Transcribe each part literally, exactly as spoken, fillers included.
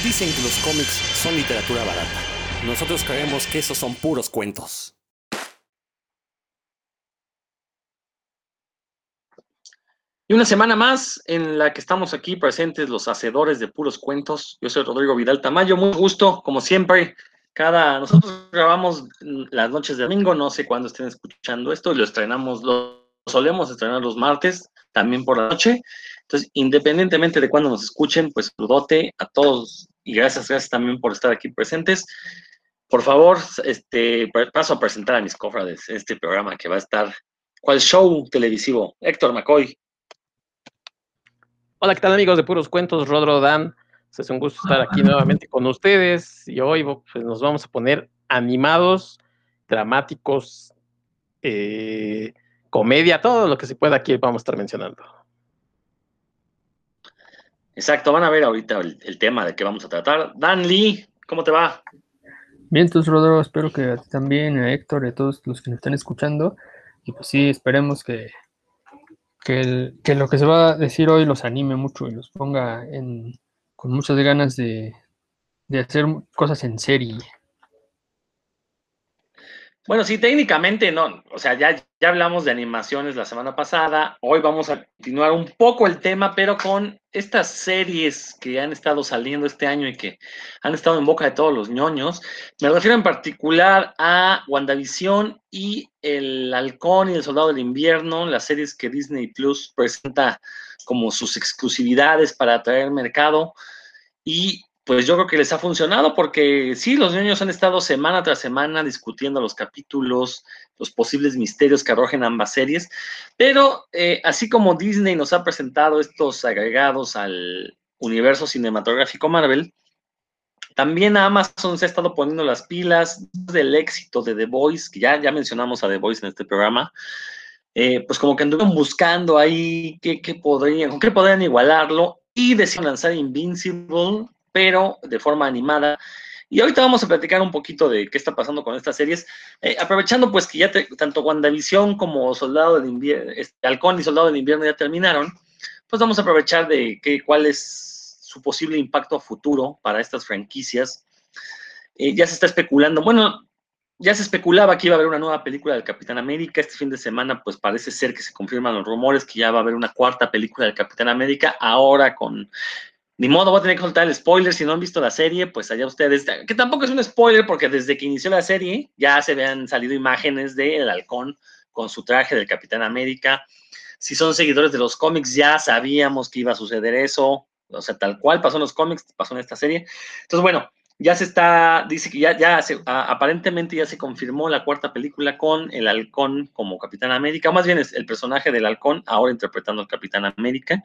Dicen que los cómics son literatura barata. Nosotros creemos que esos son puros cuentos. Y una semana más en la que estamos aquí presentes los hacedores de puros cuentos. Yo soy Rodrigo Vidal Tamayo, muy gusto, como siempre. Cada, nosotros grabamos las noches de domingo, no sé cuándo estén escuchando esto, lo estrenamos, lo solemos estrenar los martes, también por la noche. Entonces, independientemente de cuándo nos escuchen, pues saludote a todos y gracias, gracias también por estar aquí presentes. Por favor, este, paso a presentar a mis cofrades este programa que va a estar, ¿cuál show televisivo? Héctor McCoy. Hola, ¿qué tal, amigos de Puros Cuentos? Rodro Dan. Es un gusto estar aquí nuevamente con ustedes y hoy pues, nos vamos a poner animados, dramáticos, eh, comedia, todo lo que se pueda aquí vamos a estar mencionando. Exacto, van a ver ahorita el, el tema de que vamos a tratar. Dan Lee, ¿cómo te va? Bien, entonces, Rodro, espero que a ti también, a Héctor y a todos los que nos están escuchando. Y pues sí, esperemos que, que, el, que lo que se va a decir hoy los anime mucho y los ponga en, con muchas ganas de, de hacer cosas en serie. Bueno, sí, técnicamente no, o sea, ya, ya hablamos de animaciones la semana pasada, hoy vamos a continuar un poco el tema, pero con estas series que han estado saliendo este año y que han estado en boca de todos los ñoños, me refiero en particular a WandaVision y El Halcón y El Soldado del Invierno, las series que Disney Plus presenta como sus exclusividades para atraer mercado. Y pues yo creo que les ha funcionado porque sí, los niños han estado semana tras semana discutiendo los capítulos, los posibles misterios que arrojen ambas series, pero eh, así como Disney nos ha presentado estos agregados al universo cinematográfico Marvel, también Amazon se ha estado poniendo las pilas del éxito de The Voice, que ya, ya mencionamos a The Voice en este programa. Eh, pues como que anduvieron buscando ahí qué, qué podrían, con qué podrían igualarlo y decidieron lanzar Invincible, pero de forma animada. Y ahorita vamos a platicar un poquito de qué está pasando con estas series, eh, aprovechando pues que ya te, tanto WandaVision como Soldado del Invierno, este, Halcón y Soldado del Invierno ya terminaron, pues vamos a aprovechar de que, cuál es su posible impacto a futuro para estas franquicias. Eh, ya se está especulando, bueno, ya se especulaba que iba a haber una nueva película del Capitán América. Este fin de semana, pues parece ser que se confirman los rumores que ya va a haber una cuarta película del Capitán América. Ahora con... Ni modo, voy a tener que soltar el spoiler. Si no han visto la serie, pues allá ustedes... Que tampoco es un spoiler porque desde que inició la serie ya se habían salido imágenes del Halcón con su traje del Capitán América. Si son seguidores de los cómics, ya sabíamos que iba a suceder eso. O sea, tal cual pasó en los cómics, pasó en esta serie. Entonces, bueno, ya se está, dice que ya, ya se, a, aparentemente ya se confirmó la cuarta película con el Halcón como Capitán América, o más bien es el personaje del Halcón, ahora interpretando al Capitán América.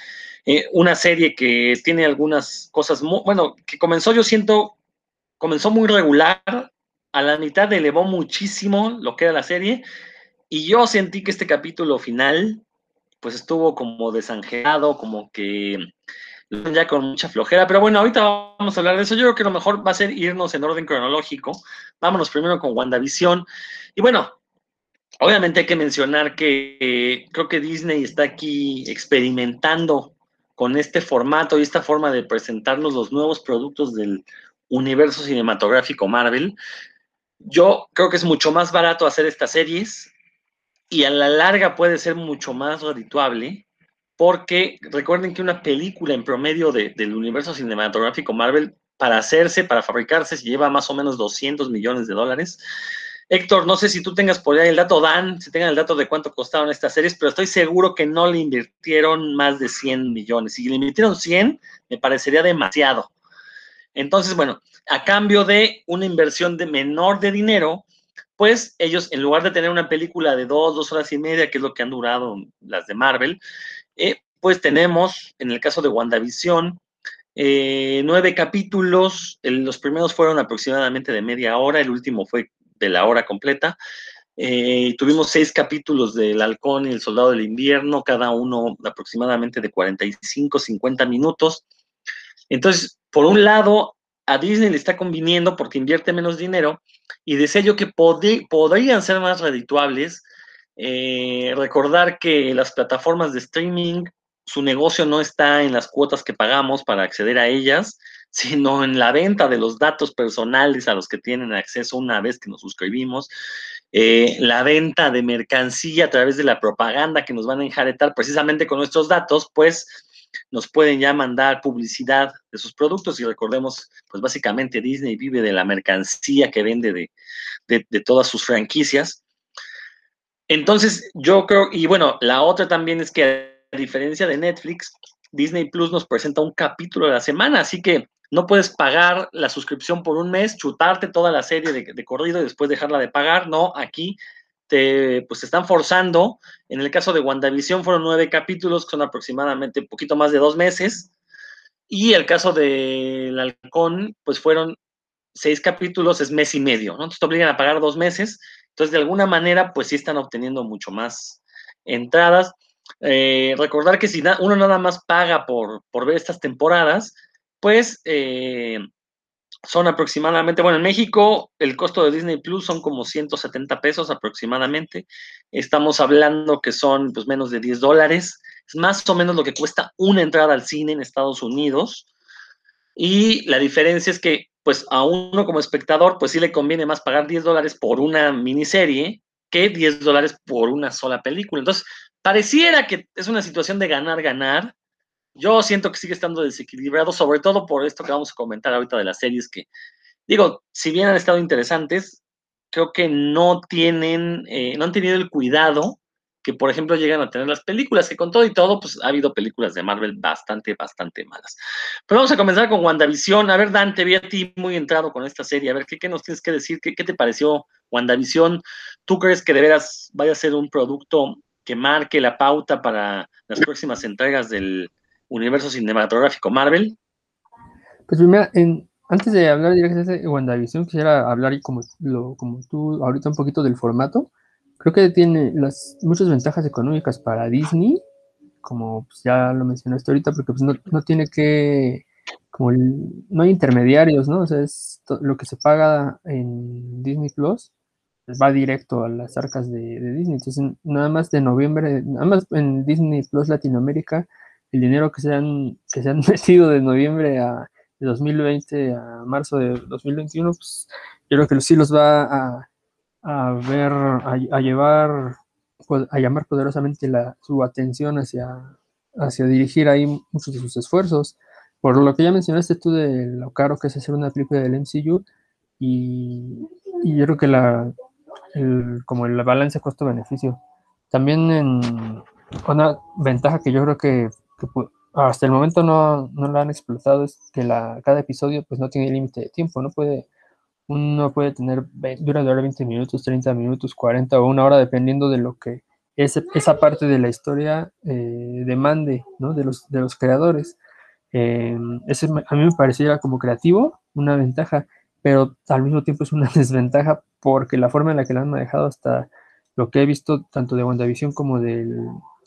Eh, una serie que tiene algunas cosas, muy, bueno, que comenzó, yo siento, comenzó muy regular, a la mitad elevó muchísimo lo que era la serie, y yo sentí que este capítulo final, pues estuvo como desangelado, como que ya con mucha flojera, pero bueno, ahorita vamos a hablar de eso. Yo creo que lo mejor va a ser irnos en orden cronológico. Vámonos primero con WandaVision. Y bueno, obviamente hay que mencionar que eh, creo que Disney está aquí experimentando con este formato y esta forma de presentarnos los nuevos productos del universo cinematográfico Marvel. Yo creo que es mucho más barato hacer estas series y a la larga puede ser mucho más redituable. Porque recuerden que una película en promedio de, del universo cinematográfico Marvel, para hacerse, para fabricarse, se lleva más o menos doscientos millones de dólares. Héctor, no sé si tú tengas por ahí el dato, Dan, si tengan el dato de cuánto costaron estas series, pero estoy seguro que no le invirtieron más de cien millones. Si le invirtieron cien, me parecería demasiado. Entonces, bueno, a cambio de una inversión de menor de dinero, pues ellos, en lugar de tener una película de dos, dos horas y media, que es lo que han durado las de Marvel, Eh, pues tenemos, en el caso de WandaVision, eh, nueve capítulos. El, los primeros fueron aproximadamente de media hora, el último fue de la hora completa. Eh, tuvimos seis capítulos del Halcón y el Soldado del Invierno, cada uno aproximadamente de cuarenta y cinco, cincuenta minutos. Entonces, por un lado, a Disney le está conviniendo porque invierte menos dinero y decía yo que pod podrían ser más redituables. Eh, recordar que las plataformas de streaming su negocio no está en las cuotas que pagamos para acceder a ellas, sino en la venta de los datos personales a los que tienen acceso una vez que nos suscribimos, eh, la venta de mercancía a través de la propaganda que nos van a enjaretar precisamente con nuestros datos, pues nos pueden ya mandar publicidad de sus productos y recordemos, pues básicamente Disney vive de la mercancía que vende de, de, de todas sus franquicias. Entonces, yo creo, y bueno, la otra también es que a diferencia de Netflix, Disney Plus nos presenta un capítulo de la semana, así que no puedes pagar la suscripción por un mes, chutarte toda la serie de, de corrido y después dejarla de pagar. No, aquí te, pues te están forzando. En el caso de WandaVision fueron nueve capítulos, que son aproximadamente un poquito más de dos meses. Y el caso del Halcón, pues fueron seis capítulos, es mes y medio, ¿no? Entonces te obligan a pagar dos meses. Entonces, de alguna manera, pues sí están obteniendo mucho más entradas. Eh, recordar que si na uno nada más paga por, por ver estas temporadas, pues eh, son aproximadamente, bueno, en México el costo de Disney Plus son como ciento setenta pesos aproximadamente. Estamos hablando que son pues menos de diez dólares. Es más o menos lo que cuesta una entrada al cine en Estados Unidos. Y la diferencia es que, pues, a uno como espectador, pues sí le conviene más pagar diez dólares por una miniserie que diez dólares por una sola película. Entonces, pareciera que es una situación de ganar-ganar. Yo siento que sigue estando desequilibrado, sobre todo por esto que vamos a comentar ahorita de las series que, digo, si bien han estado interesantes, creo que no tienen, eh, no han tenido el cuidado que, por ejemplo, llegan a tener las películas, que con todo y todo, pues ha habido películas de Marvel bastante, bastante malas. Pero vamos a comenzar con WandaVision. A ver, Dan, te vi a ti muy entrado con esta serie. A ver, ¿qué, qué nos tienes que decir? ¿Qué, ¿Qué te pareció WandaVision? ¿Tú crees que de veras vaya a ser un producto que marque la pauta para las próximas entregas del universo cinematográfico Marvel? Pues primero, en, antes de hablar directamente de WandaVision, quisiera hablar y como, lo, como tú ahorita un poquito del formato. Creo que tiene las, muchas ventajas económicas para Disney, como pues, ya lo mencionaste ahorita, porque pues, no, no tiene que, como el- no hay intermediarios, ¿no? O sea, es to- lo que se paga en Disney Plus, pues, va directo a las arcas de, de Disney. Entonces, nada más de noviembre, nada más en Disney Plus Latinoamérica, el dinero que se han, que se han metido de noviembre a de dos mil veinte a marzo de dos mil veintiuno, pues yo creo que sí los va a, a ver, a, a llevar, pues, a llamar poderosamente la, su atención hacia, hacia dirigir ahí muchos de sus esfuerzos. Por lo que ya mencionaste tú de lo caro que es hacer una película del M C U, y, y yo creo que la, el, como el balance costo-beneficio. También en una ventaja que yo creo que, que hasta el momento no, no la han explotado es que la, cada episodio pues no tiene límite de tiempo, no puede, uno puede tener, dura durar veinte minutos, treinta minutos, cuarenta o una hora, dependiendo de lo que ese, esa parte de la historia eh, demande, ¿no? de, los, de los creadores. Eh, ese a mí me pareciera como creativo, una ventaja, pero al mismo tiempo es una desventaja porque la forma en la que la han manejado hasta lo que he visto tanto de WandaVision como del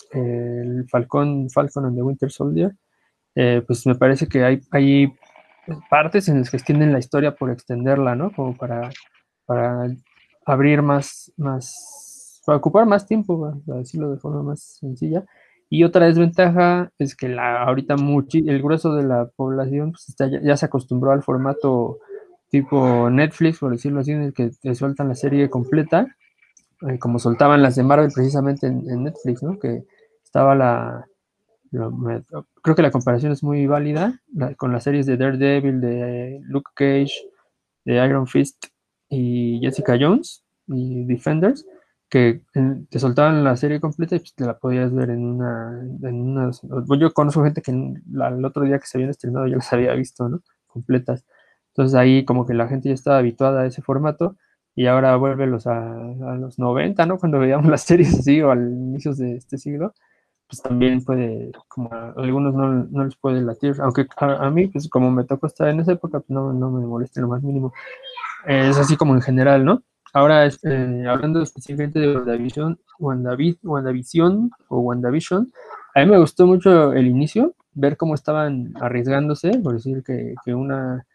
el Falcon, Falcon and the Winter Soldier, eh, pues me parece que hay, hay partes en las que extienden la historia por extenderla, ¿no? Como para, para abrir más, más, para ocupar más tiempo, para decirlo de forma más sencilla. Y otra desventaja es que la, ahorita muchi, el grueso de la población pues está, ya, ya se acostumbró al formato tipo Netflix, por decirlo así, en el que te sueltan la serie completa, eh, como soltaban las de Marvel precisamente en, en Netflix, ¿no? Que estaba la, lo, me, creo que la comparación es muy válida la, con las series de Daredevil, de Luke Cage, de Iron Fist y Jessica Jones y Defenders, que en, te soltaban la serie completa y pues, te la podías ver en una, en una. Yo conozco gente que la, el otro día que se habían estrenado ya las había visto, ¿no? Completas. Entonces ahí como que la gente ya estaba habituada a ese formato y ahora vuelve los a, a los noventa, ¿no? Cuando veíamos las series así o al inicio de este siglo, pues también puede, como a algunos no, no les puede latir, aunque a, a, mí, pues como me tocó estar en esa época, pues no, no me molesta lo más mínimo. Eh, es así como en general, ¿no? Ahora, eh, hablando específicamente de WandaVision, WandaVision, WandaVision o WandaVision, a mí me gustó mucho el inicio, ver cómo estaban arriesgándose, por decir que, que una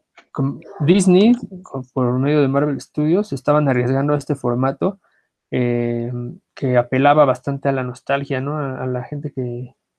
Disney, por medio de Marvel Studios, estaban arriesgando a este formato eh, que apelaba bastante a la nostalgia, ¿no? A, a la gente que,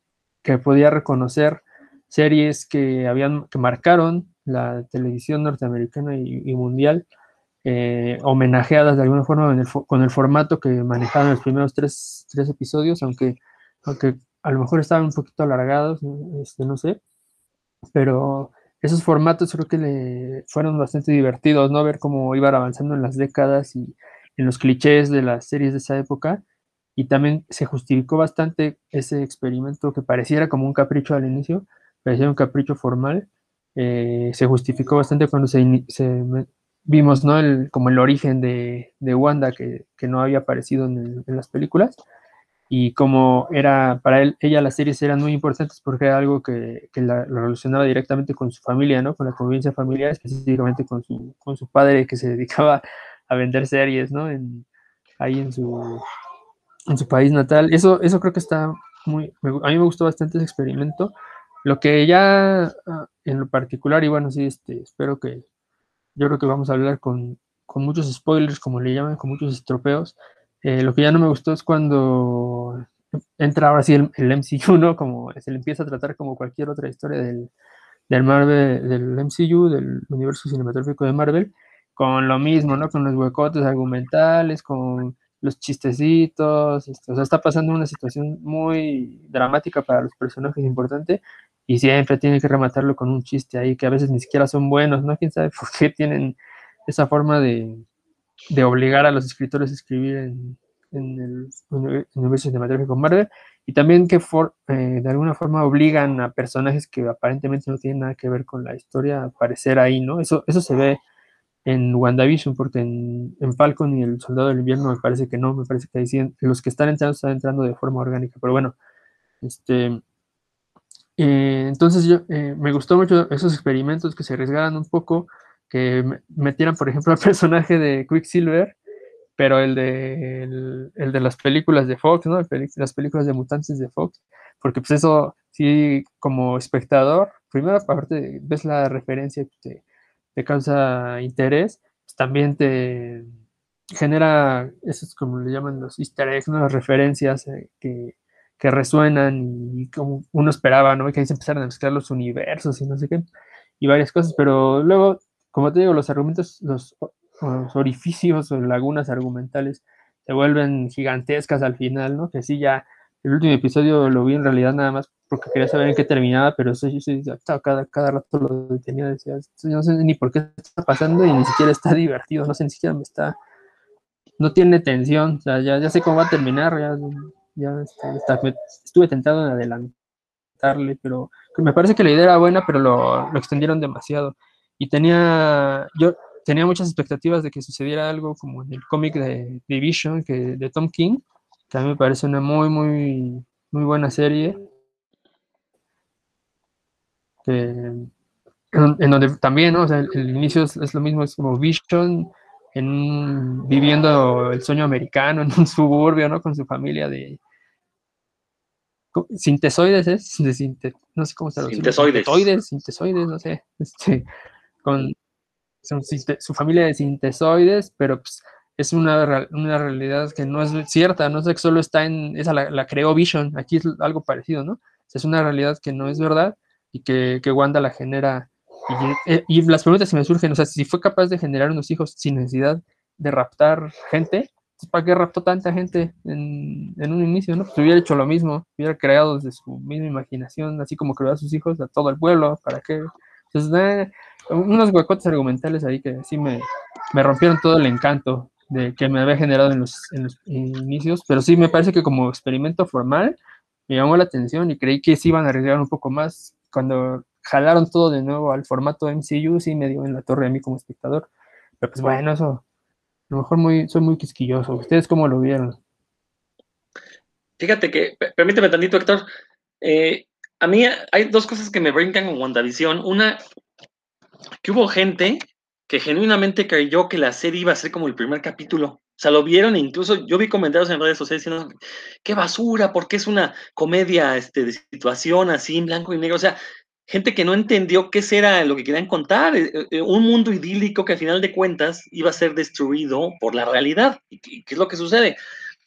que podía reconocer series que habían, que marcaron la televisión norteamericana y, y mundial, eh, homenajeadas de alguna forma en el, con el formato que manejaban los primeros tres, tres episodios, aunque, aunque a lo mejor estaban un poquito alargados, este, no sé, pero esos formatos creo que le fueron bastante divertidos, ¿no? Ver cómo iban avanzando en las décadas y en los clichés de las series de esa época, y también se justificó bastante ese experimento que pareciera como un capricho al inicio, parecía un capricho formal, eh, se justificó bastante cuando se, se vimos, ¿no? El, como el origen de, de Wanda que, que, no había aparecido en, el, en las películas, y como era para él, ella las series eran muy importantes porque era algo que, que la, la relacionaba directamente con su familia, ¿no? Con la convivencia familiar, específicamente con su, con su padre que se dedicaba a vender series, ¿no? En, ahí en su, en su país natal. Eso, eso creo que está muy, me, a mí me gustó bastante ese experimento. Lo que ya en lo particular, y bueno, sí, este, espero que, yo creo que vamos a hablar con, con muchos spoilers, como le llaman, con muchos estropeos. Eh, lo que ya no me gustó es cuando entra ahora sí el, el M C U, ¿no? Como se le empieza a tratar como cualquier otra historia del, del Marvel, del M C U, del universo cinematográfico de Marvel, con lo mismo, ¿no? Con los huecotes argumentales, con los chistecitos, este, o sea, está pasando una situación muy dramática para los personajes importante, y siempre tienen que rematarlo con un chiste ahí, que a veces ni siquiera son buenos, ¿no? Quién sabe por qué tienen esa forma de, de obligar a los escritores a escribir en, en el universo cinematográfico Marvel, y también que for, eh, de alguna forma obligan a personajes que aparentemente no tienen nada que ver con la historia a aparecer ahí, ¿no? Eso, eso se ve en WandaVision, porque en, en Falcon y el Soldado del Invierno me parece que no, me parece que ahí sí, los que están entrando están entrando de forma orgánica, pero bueno, este... Eh, entonces yo eh, me gustó mucho esos experimentos que se arriesgaran un poco, que metieran, por ejemplo, al personaje de Quicksilver, pero el de, el, el de las películas de Fox, ¿no? Las películas de mutantes de Fox, porque pues eso, sí, como espectador, primero aparte ves la referencia que te, te causa interés, pues también te genera, eso es como le llaman los easter eggs, ¿no? Las referencias eh, que, que resuenan y como uno esperaba, ¿no? Que ahí se empezaron a mezclar los universos y no sé qué, y varias cosas, pero luego, como te digo, los argumentos, los los orificios o lagunas argumentales se vuelven gigantescas al final, ¿no? Que sí, ya el último episodio lo vi en realidad nada más porque quería saber en qué terminaba, pero eso yo sí, cada, cada rato lo detenía, decía, no sé ni por qué está pasando y ni siquiera está divertido, no sé, ni siquiera me está, no tiene tensión, o sea, ya, ya sé cómo va a terminar, ya, ya está, está, me, estuve tentado en adelantarle, pero me parece que la idea era buena, pero lo, lo extendieron demasiado. Y tenía, yo tenía muchas expectativas de que sucediera algo como en el cómic de Division, que, de Tom King, que a mí me parece una muy, muy, muy buena serie, que, en, en donde también, ¿no? O sea, el, el inicio es, es, lo mismo, es como Vision en un, viviendo el sueño americano en un suburbio, ¿no? Con su familia de sintesoides, ¿es? De sinte, no sé cómo traducirlo, Sintesoides. sintesoides, no sé, este, con son, su familia de sintesoides, pero pues, es una, una realidad que no es cierta, no es que solo está en, esa la, la creó Vision, aquí es algo parecido, ¿no? O sea, es una realidad que no es verdad y que, que Wanda la genera. Y, y las preguntas que me surgen, o sea, si fue capaz de generar unos hijos sin necesidad de raptar gente, ¿para qué raptó tanta gente en, en un inicio, no? Pues hubiera hecho lo mismo, hubiera creado desde su misma imaginación, así como creó a sus hijos, a todo el pueblo, ¿para qué? Entonces, eh, unos huecotes argumentales ahí que sí me, me rompieron todo el encanto de que me había generado en los, en los inicios, pero sí me parece que como experimento formal me llamó la atención y creí que sí iban a arriesgar un poco más. Cuando jalaron todo de nuevo al formato M C U, sí me dio en la torre a mí como espectador. Pero pues bueno, eso, a lo mejor muy, soy muy quisquilloso. ¿Ustedes cómo lo vieron? Fíjate que, permíteme tantito, Héctor, eh, a mí hay dos cosas que me brincan con WandaVision. Una, que hubo gente que genuinamente creyó que la serie iba a ser como el primer capítulo. O sea, lo vieron e incluso yo vi comentarios en redes sociales diciendo, qué basura, porque es una comedia este, de situación así en blanco y negro. O sea, gente que no entendió qué era lo que querían contar. Un mundo idílico que al final de cuentas iba a ser destruido por la realidad. ¿Y qué es lo que sucede?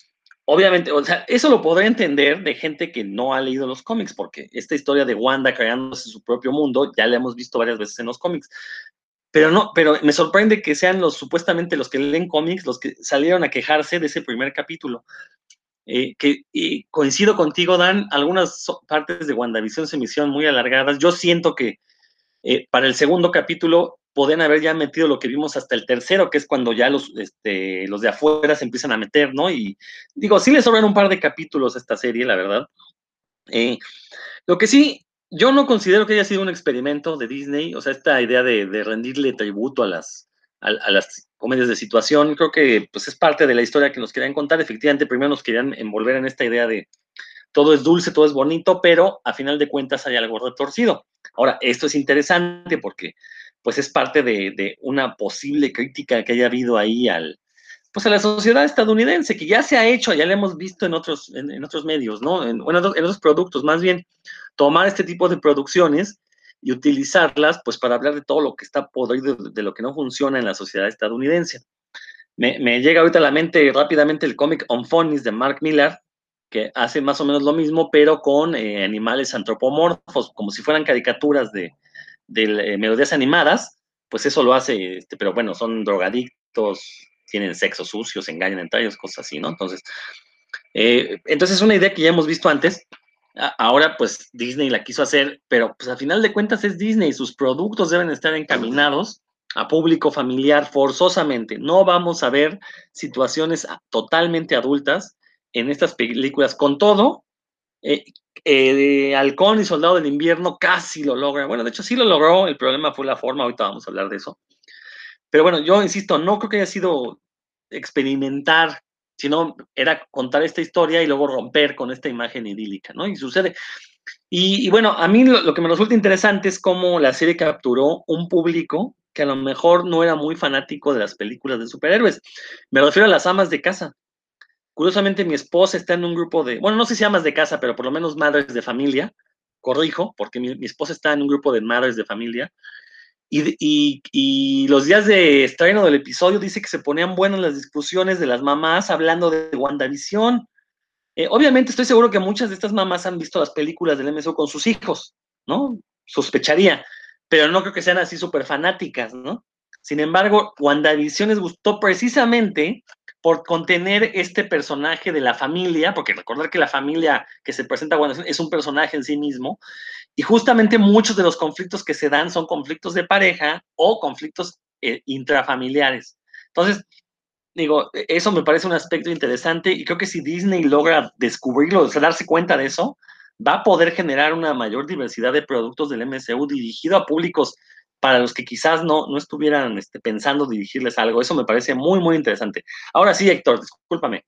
obviamente, o sea, eso lo podré entender de gente que no ha leído los cómics, porque esta historia de Wanda creándose su propio mundo ya la hemos visto varias veces en los cómics. Pero no, pero me sorprende que sean los supuestamente los que leen cómics los que salieron a quejarse de ese primer capítulo. Eh, que y coincido contigo, Dan, algunas so- partes de WandaVision se me hicieron muy alargadas. Yo siento que eh, para el segundo capítulo podían haber ya metido lo que vimos hasta el tercero, que es cuando ya los, este, los de afuera se empiezan a meter, ¿no? Y digo, sí le sobran un par de capítulos a esta serie, la verdad. Eh, lo que sí, yo no considero que haya sido un experimento de Disney, o sea, esta idea de, de rendirle tributo a las, a, a, las comedias de situación, creo que pues, es parte de la historia que nos querían contar. Efectivamente, primero nos querían envolver en esta idea de todo es dulce, todo es bonito, pero a final de cuentas hay algo retorcido. Ahora, esto es interesante porque pues es parte de, de una posible crítica que haya habido ahí al, pues a la sociedad estadounidense, que ya se ha hecho, ya lo hemos visto en otros, en, en otros medios, ¿no? En, bueno, en otros productos, más bien, tomar este tipo de producciones y utilizarlas, pues para hablar de todo lo que está podrido, de lo que no funciona en la sociedad estadounidense. Me, me llega ahorita a la mente rápidamente el cómic Unfunnies de Mark Millar, que hace más o menos lo mismo, pero con eh, animales antropomorfos, como si fueran caricaturas de, de eh, melodías animadas, pues eso lo hace, este, pero bueno, son drogadictos, tienen sexo sucio, se engañan entre ellos, cosas así, ¿no? Entonces, eh, entonces es una idea que ya hemos visto antes. A- Ahora, pues Disney la quiso hacer, pero pues a final de cuentas es Disney, sus productos deben estar encaminados a público familiar forzosamente. No vamos a ver situaciones totalmente adultas en estas películas. Con todo, eh, eh, Halcón y Soldado del Invierno casi lo logra. Bueno, de hecho sí lo logró, el problema fue la forma, ahorita vamos a hablar de eso. Pero bueno, yo insisto, no creo que haya sido experimentar, sino era contar esta historia y luego romper con esta imagen idílica, ¿no? Y sucede. Y, y bueno, a mí lo, lo, que me resulta interesante es cómo la serie capturó un público que a lo mejor no era muy fanático de las películas de superhéroes. Me refiero a las amas de casa. Curiosamente, mi esposa está en un grupo de, bueno, no sé si amas de casa, pero por lo menos madres de familia. Corrijo, porque mi, mi esposa está en un grupo de madres de familia. Y, y, y, los días de estreno del episodio dice que se ponían buenas las discusiones de las mamás hablando de WandaVision. Eh, obviamente estoy seguro que muchas de estas mamás han visto las películas del M C U con sus hijos, ¿no? Sospecharía, pero no creo que sean así súper fanáticas, ¿no? Sin embargo, WandaVision les gustó precisamente por contener este personaje de la familia, porque recordar que la familia que se presenta a WandaVision es un personaje en sí mismo, y justamente muchos de los conflictos que se dan son conflictos de pareja o conflictos eh, intrafamiliares. Entonces, digo, eso me parece un aspecto interesante y creo que si Disney logra descubrirlo, o sea, darse cuenta de eso, va a poder generar una mayor diversidad de productos del M C U dirigido a públicos para los que quizás no, no estuvieran este, pensando dirigirles algo. Eso me parece muy, muy interesante. Ahora sí, Héctor, discúlpame.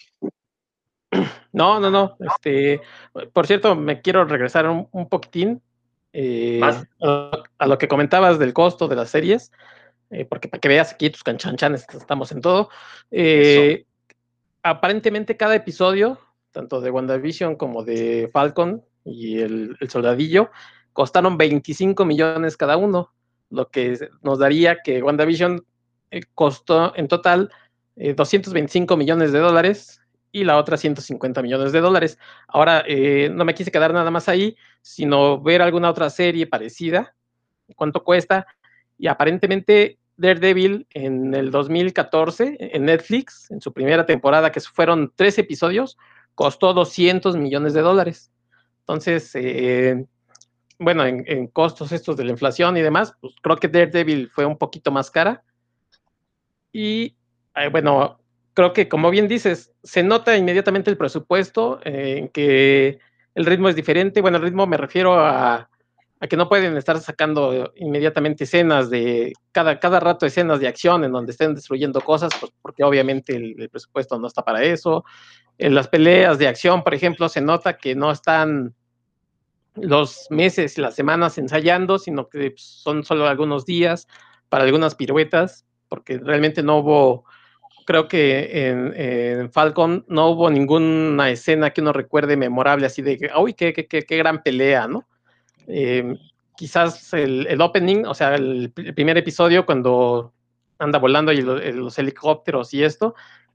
No, no, no. Este, por cierto, me quiero regresar un, un poquitín eh, a, a lo que comentabas del costo de las series, eh, porque para que veas aquí tus canchanchanes, estamos en todo. Eh, aparentemente cada episodio, tanto de WandaVision como de Falcon y el, el Soldadillo, costaron veinticinco millones cada uno, lo que nos daría que WandaVision eh, costó en total eh, doscientos veinticinco millones de dólares y la otra ciento cincuenta millones de dólares. Ahora, eh, no me quise quedar nada más ahí, sino ver alguna otra serie parecida, cuánto cuesta, y aparentemente Daredevil en el dos mil catorce en Netflix, en su primera temporada, que fueron tres episodios, costó doscientos millones de dólares. Entonces, eh, bueno, en, en costos estos de la inflación y demás, pues creo que Daredevil fue un poquito más cara. Y eh, bueno, creo que como bien dices, se nota inmediatamente el presupuesto, en eh, que el ritmo es diferente. Bueno, el ritmo me refiero a, a que no pueden estar sacando inmediatamente escenas de cada, cada rato escenas de acción en donde estén destruyendo cosas, pues porque obviamente el, el presupuesto no está para eso. En las peleas de acción, por ejemplo, se nota que no están los meses y las semanas ensayando, sino que son solo algunos días para algunas piruetas, porque realmente no hubo, creo que en, en Falcon no hubo ninguna escena que uno recuerde memorable, así de, uy, qué, qué, qué, qué gran pelea, ¿no? Eh, quizás el, el opening, o sea, el, el primer episodio cuando anda volando y lo, los helicópteros y esto,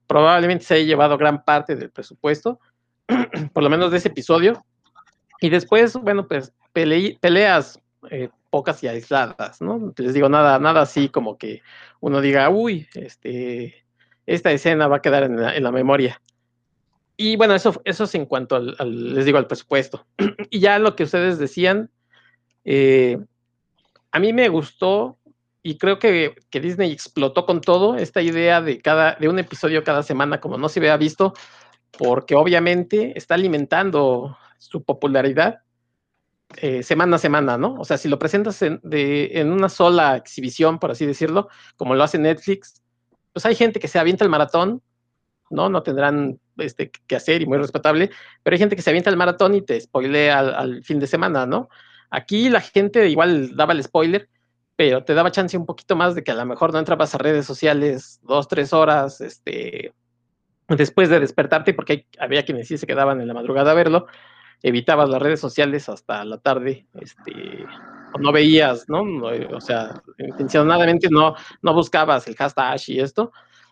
probablemente se haya llevado gran parte del presupuesto, por lo menos de ese episodio, y después, bueno, pues pele peleas eh, pocas y aisladas, ¿no? Les digo, nada, nada así como que uno diga, uy, este, esta escena va a quedar en la, en la memoria. Y bueno, eso, eso es en cuanto al, al, les digo, al presupuesto. Y ya lo que ustedes decían, eh, a mí me gustó y creo que, que Disney explotó con todo esta idea de, cada, de un episodio cada semana, como no se había visto, porque obviamente está alimentando su popularidad eh, semana a semana, ¿no? O sea, si lo presentas en, de, en una sola exhibición, por así decirlo, como lo hace Netflix, pues hay gente que se avienta el maratón, ¿no? No tendrán este, que hacer y muy respetable, pero hay gente que se avienta el maratón y te spoilea al, al fin de semana, ¿no? Aquí la gente igual daba el spoiler, pero te daba chance un poquito más de que a lo mejor no entrabas a redes sociales dos, tres horas, este, después de despertarte, porque hay, había quienes sí se quedaban en la madrugada a verlo, evitabas las redes sociales hasta la tarde, este, o no veías, ¿no? O sea, intencionadamente no, no buscabas el hashtag y esto,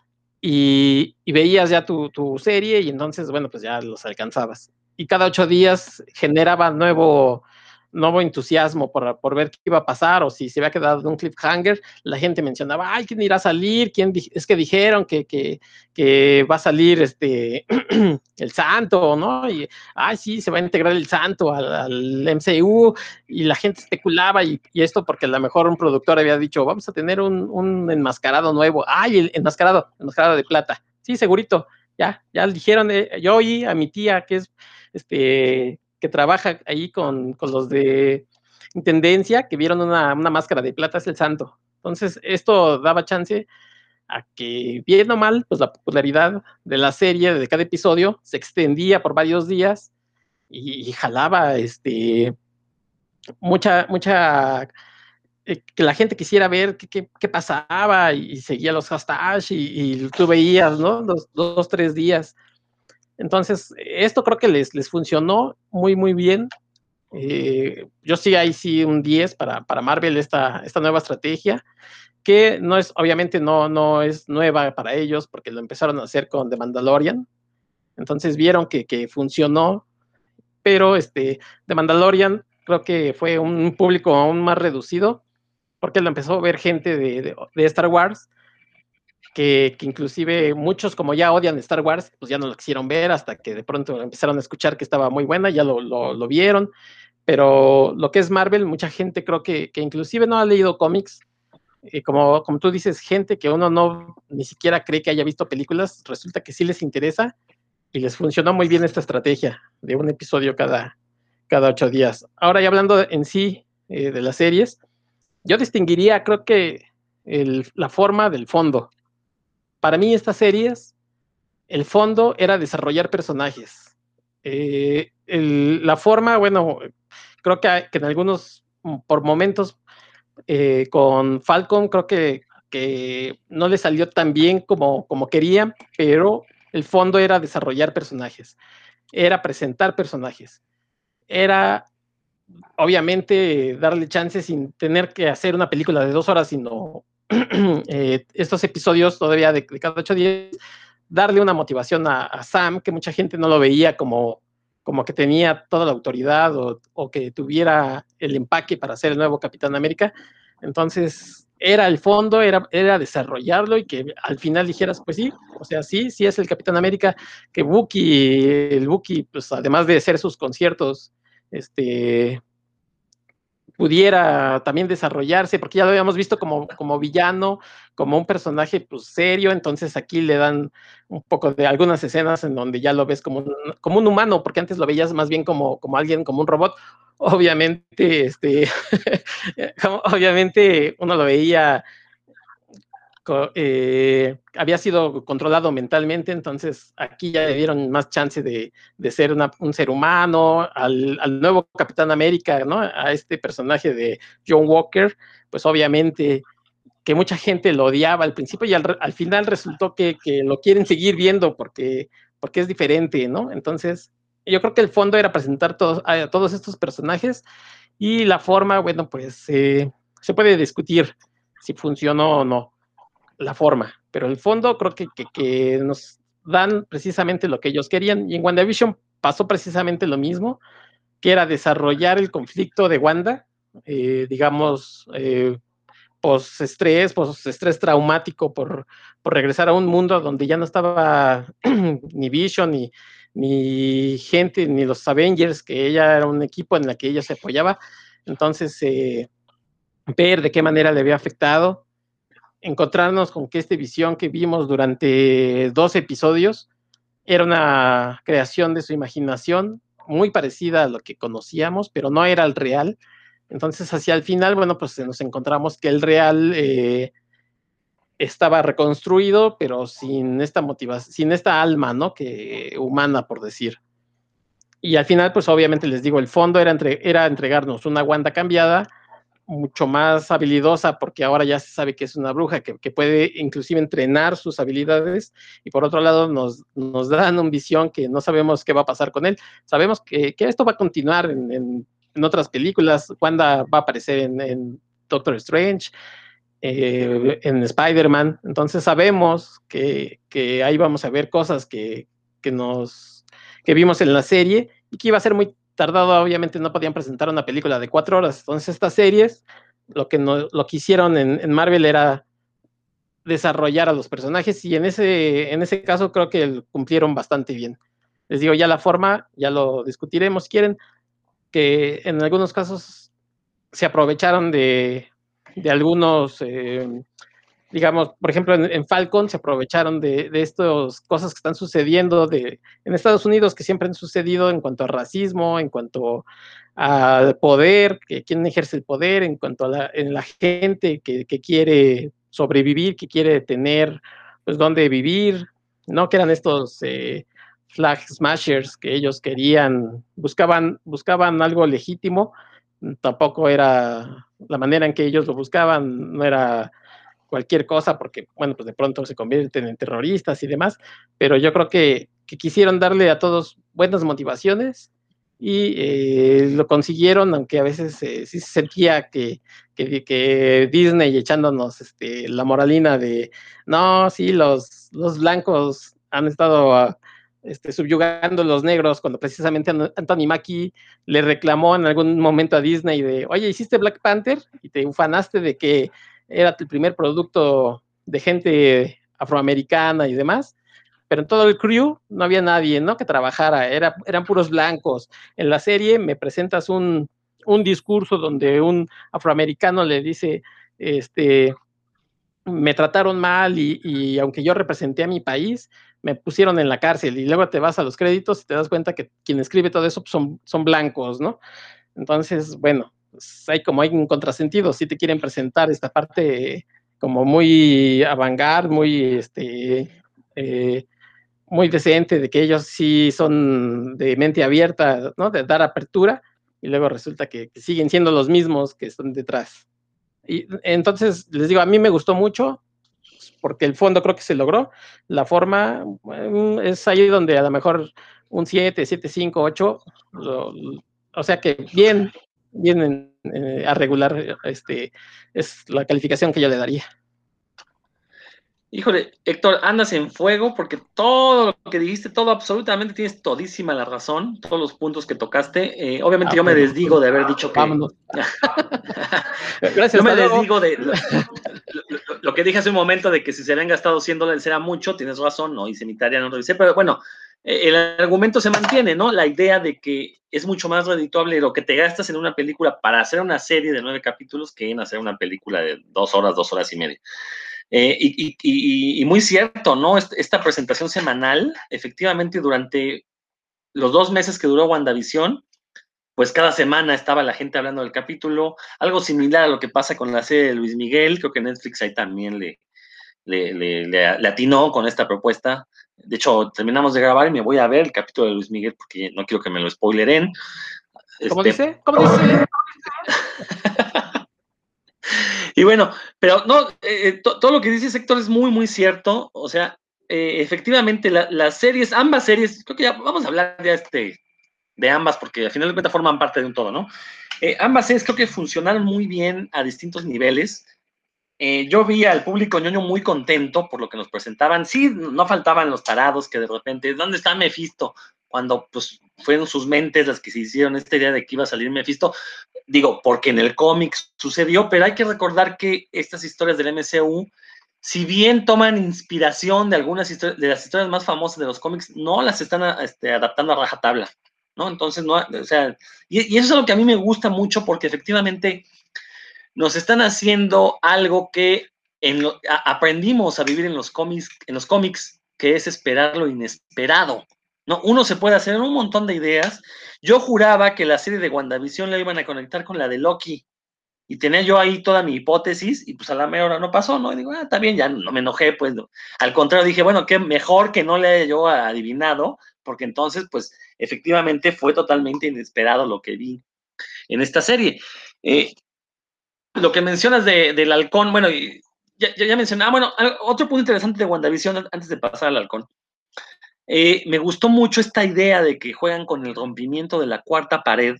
y, y veías ya tu, tu serie y entonces, bueno, pues ya los alcanzabas. Y cada ocho días generaba nuevo, nuevo entusiasmo por, por ver qué iba a pasar o si se había quedado en un cliffhanger. La gente mencionaba, ay, ¿quién irá a salir? ¿Quién es que dijeron que, que, que va a salir este el santo, ¿no? Y, ay, sí, se va a integrar el santo al, al M C U y la gente especulaba y, y esto porque a lo mejor un productor había dicho, vamos a tener un, un enmascarado nuevo. Ay, el enmascarado, enmascarado de plata. Sí, segurito. Ya, ya dijeron, eh, yo oí a mi tía que es, este, que trabaja ahí con, con los de intendencia, que vieron una, una máscara de plata, es el santo. Entonces, esto daba chance a que, bien o mal, pues la popularidad de la serie, de cada episodio, se extendía por varios días y, y jalaba este, mucha, mucha, eh, que la gente quisiera ver qué, qué, qué pasaba y, y, seguía los hashtags y, y tú veías, ¿no? Dos, dos, tres días. Entonces, esto creo que les, les funcionó muy, muy bien. Eh, yo sí, ahí sí un diez para, para Marvel esta, esta nueva estrategia, que no es, obviamente no, no es nueva para ellos, porque lo empezaron a hacer con The Mandalorian. Entonces vieron que, que funcionó, pero este, The Mandalorian creo que fue un público aún más reducido, porque lo empezó a ver gente de, de, de Star Wars, que, que, inclusive muchos como ya odian Star Wars, pues ya no lo quisieron ver hasta que de pronto empezaron a escuchar que estaba muy buena, ya lo, lo, lo vieron, pero lo que es Marvel, mucha gente creo que, que inclusive no ha leído cómics, eh, como, como tú dices, gente que uno no ni siquiera cree que haya visto películas, resulta que sí les interesa y les funcionó muy bien esta estrategia de un episodio cada, cada ocho días. Ahora ya hablando en sí eh, de las series, yo distinguiría creo que el, la forma del fondo. Para mí estas series, el fondo era desarrollar personajes. Eh, el, la forma, bueno, creo que, que en algunos, por momentos, eh, con Falcon creo que, que no le salió tan bien como, como quería, pero el fondo era desarrollar personajes, era presentar personajes, era obviamente darle chance sin tener que hacer una película de dos horas, sino eh, estos episodios todavía de, de cada ocho días, darle una motivación a, a Sam, que mucha gente no lo veía como, como que tenía toda la autoridad o, o que tuviera el empaque para ser el nuevo Capitán América. Entonces, era el fondo, era, era desarrollarlo y que al final dijeras, pues sí, o sea, sí, sí es el Capitán América, que Bucky, el Bucky, pues además de hacer sus conciertos, este, pudiera también desarrollarse, porque ya lo habíamos visto como, como villano, como un personaje pues serio, entonces aquí le dan un poco de algunas escenas en donde ya lo ves como un, como un humano, porque antes lo veías más bien como, como alguien, como un robot. Obviamente, este, obviamente uno lo veía, eh, había sido controlado mentalmente, entonces aquí ya le dieron más chance de, de ser una, un ser humano, al, al nuevo Capitán América, ¿no? A este personaje de John Walker, pues obviamente que mucha gente lo odiaba al principio y al, al final resultó que, que, lo quieren seguir viendo porque, porque es diferente, ¿no? Entonces, yo creo que el fondo era presentar todos, a todos estos personajes y la forma, bueno, pues eh, se puede discutir si funcionó o no la forma, pero el fondo creo que, que, que nos dan precisamente lo que ellos querían. Y en WandaVision pasó precisamente lo mismo, que era desarrollar el conflicto de Wanda, eh, digamos, eh, post-estrés, post-estrés traumático por, por regresar a un mundo donde ya no estaba ni Vision, ni, ni gente, ni los Avengers, que ella era un equipo en el que ella se apoyaba. Entonces, eh, ver de qué manera le había afectado, encontrarnos con que esta visión que vimos durante dos episodios era una creación de su imaginación muy parecida a lo que conocíamos, pero no era el real. Entonces, hacia el final, bueno, pues nos encontramos que el real eh, estaba reconstruido, pero sin esta motivación, sin esta alma, ¿no? Que humana, por decir. Y al final, pues obviamente les digo, el fondo era, entre, era entregarnos una Wanda cambiada, mucho más habilidosa, porque ahora ya se sabe que es una bruja, que, que puede inclusive entrenar sus habilidades, y por otro lado nos, nos dan una visión que no sabemos qué va a pasar con él. Sabemos que, que esto va a continuar en, en, en otras películas. Wanda va a aparecer en, en Doctor Strange, eh, en Spider-Man, entonces sabemos que, que ahí vamos a ver cosas que, que nos que vimos en la serie, y que iba a ser muy tardado. Obviamente no podían presentar una película de cuatro horas, entonces estas series, lo que, no, lo que hicieron en, en Marvel era desarrollar a los personajes, y en ese, en ese caso creo que cumplieron bastante bien. Les digo, ya la forma, ya lo discutiremos si quieren, que en algunos casos se aprovecharon de, de algunos, eh, digamos, por ejemplo, en, en Falcon se aprovecharon de, de estas cosas que están sucediendo de, en Estados Unidos, que siempre han sucedido en cuanto a racismo, en cuanto al poder, que quién ejerce el poder, en cuanto a la, en la gente que, que quiere sobrevivir, que quiere tener, pues, dónde vivir, ¿no? Que eran estos eh, flag smashers que ellos querían, buscaban, buscaban algo legítimo. Tampoco era la manera en que ellos lo buscaban, no era cualquier cosa, porque, bueno, pues de pronto se convierten en terroristas y demás, pero yo creo que, que quisieron darle a todos buenas motivaciones, y eh, lo consiguieron, aunque a veces eh, sí se sentía que, que, que Disney echándonos este, la moralina de, no, sí, los, los blancos han estado a, este, subyugando a los negros, cuando precisamente Anthony Mackie le reclamó en algún momento a Disney de, oye, ¿hiciste Black Panther? Y te ufanaste de que era el primer producto de gente afroamericana y demás, pero en todo el crew no había nadie, ¿no?, que trabajara, era, eran puros blancos. En la serie me presentas un, un discurso donde un afroamericano le dice, este, me trataron mal, y, y aunque yo representé a mi país, me pusieron en la cárcel, y luego te vas a los créditos y te das cuenta que quien escribe todo eso, pues, son, son blancos, ¿no? Entonces, bueno, pues hay como hay un contrasentido, si te quieren presentar esta parte como muy avant-garde, muy, este, eh, muy decente, de que ellos sí son de mente abierta, ¿no?, de dar apertura, y luego resulta que, que siguen siendo los mismos que están detrás. Y entonces, les digo, a mí me gustó mucho, porque el fondo creo que se logró, la forma bueno, es ahí donde a lo mejor un siete, siete, cinco, ocho, lo, o sea que bien, bien eh, a regular, este, es la calificación que yo le daría. Híjole, Héctor, andas en fuego porque todo lo que dijiste, todo absolutamente tienes todísima la razón, todos los puntos que tocaste. Eh, obviamente Ah, yo me bueno, desdigo de haber dicho que... vámonos. Gracias, yo me hasta luego. desdigo de lo, lo, lo, lo que dije hace un momento de que si se habían gastado cien dólares era mucho, tienes razón, no hice mi tarea, no revisé, pero bueno, eh, el argumento se mantiene, ¿no? La idea de que es mucho más redituable lo que te gastas en una película para hacer una serie de nueve capítulos que en hacer una película de dos horas, dos horas y media. Eh, y, y, y, y muy cierto, ¿no? Esta presentación semanal, efectivamente, durante los dos meses que duró WandaVision, pues cada semana estaba la gente hablando del capítulo, algo similar a lo que pasa con la serie de Luis Miguel. Creo que Netflix ahí también le, le, le, le, le atinó con esta propuesta. De hecho, terminamos de grabar y me voy a ver el capítulo de Luis Miguel porque no quiero que me lo spoileren. ¿Cómo este, dice? ¿Cómo dice? Y bueno, pero no, eh, to, todo lo que dice Héctor es muy, muy cierto. O sea, eh, efectivamente, la, las series, ambas series, creo que ya vamos a hablar ya este, de ambas, porque al final de cuentas forman parte de un todo, ¿no? Eh, ambas series creo que funcionaron muy bien a distintos niveles. eh, yo vi al público ñoño muy contento por lo que nos presentaban. Sí, no faltaban los tarados que de repente, ¿dónde está Mephisto? Cuando pues fueron sus mentes las que se hicieron esta idea de que iba a salir Mephisto. Digo, porque en el cómic sucedió, pero hay que recordar que estas historias del M C U, si bien toman inspiración de algunas historias, de las historias más famosas de los cómics, no las están este, adaptando a rajatabla, ¿no? Entonces, no, o sea, y, y eso es lo que a mí me gusta mucho porque efectivamente nos están haciendo algo que en lo, a, aprendimos a vivir en los cómics, en los cómics, que es esperar lo inesperado. ¿No? Uno se puede hacer un montón de ideas. Yo juraba que la serie de WandaVision la iban a conectar con la de Loki. Y tenía yo ahí toda mi hipótesis, y pues a la mera hora no pasó, ¿no? Y digo, ah, está bien, ya no me enojé, pues no. Al contrario, dije, bueno, qué mejor que no le haya yo adivinado, porque entonces, pues, efectivamente fue totalmente inesperado lo que vi en esta serie. Eh, lo que mencionas de, del halcón, bueno, ya, ya, ya mencioné, ah, bueno, otro punto interesante de WandaVision antes de pasar al halcón. Eh, me gustó mucho esta idea de que juegan con el rompimiento de la cuarta pared,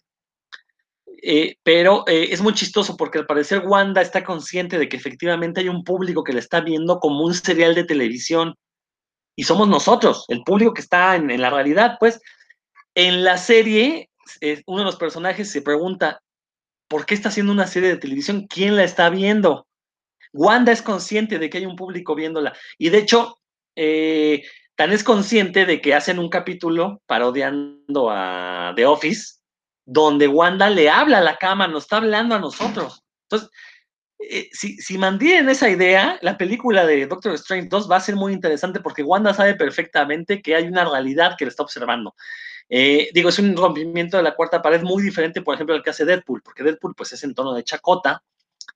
eh, pero eh, es muy chistoso porque al parecer Wanda está consciente de que efectivamente hay un público que la está viendo como un serial de televisión y somos nosotros, el público que está en, en la realidad. Pues en la serie, eh, uno de los personajes se pregunta, ¿por qué está haciendo una serie de televisión? ¿Quién la está viendo? Wanda es consciente de que hay un público viéndola. Y de hecho, eh, tan es consciente de que hacen un capítulo parodiando a The Office, donde Wanda le habla a la cámara, nos está hablando a nosotros. Entonces, eh, si, si mantienen esa idea, la película de Doctor Strange dos va a ser muy interesante porque Wanda sabe perfectamente que hay una realidad que le está observando. Eh, digo, es un rompimiento de la cuarta pared muy diferente, por ejemplo, al que hace Deadpool, porque Deadpool pues es en tono de chacota.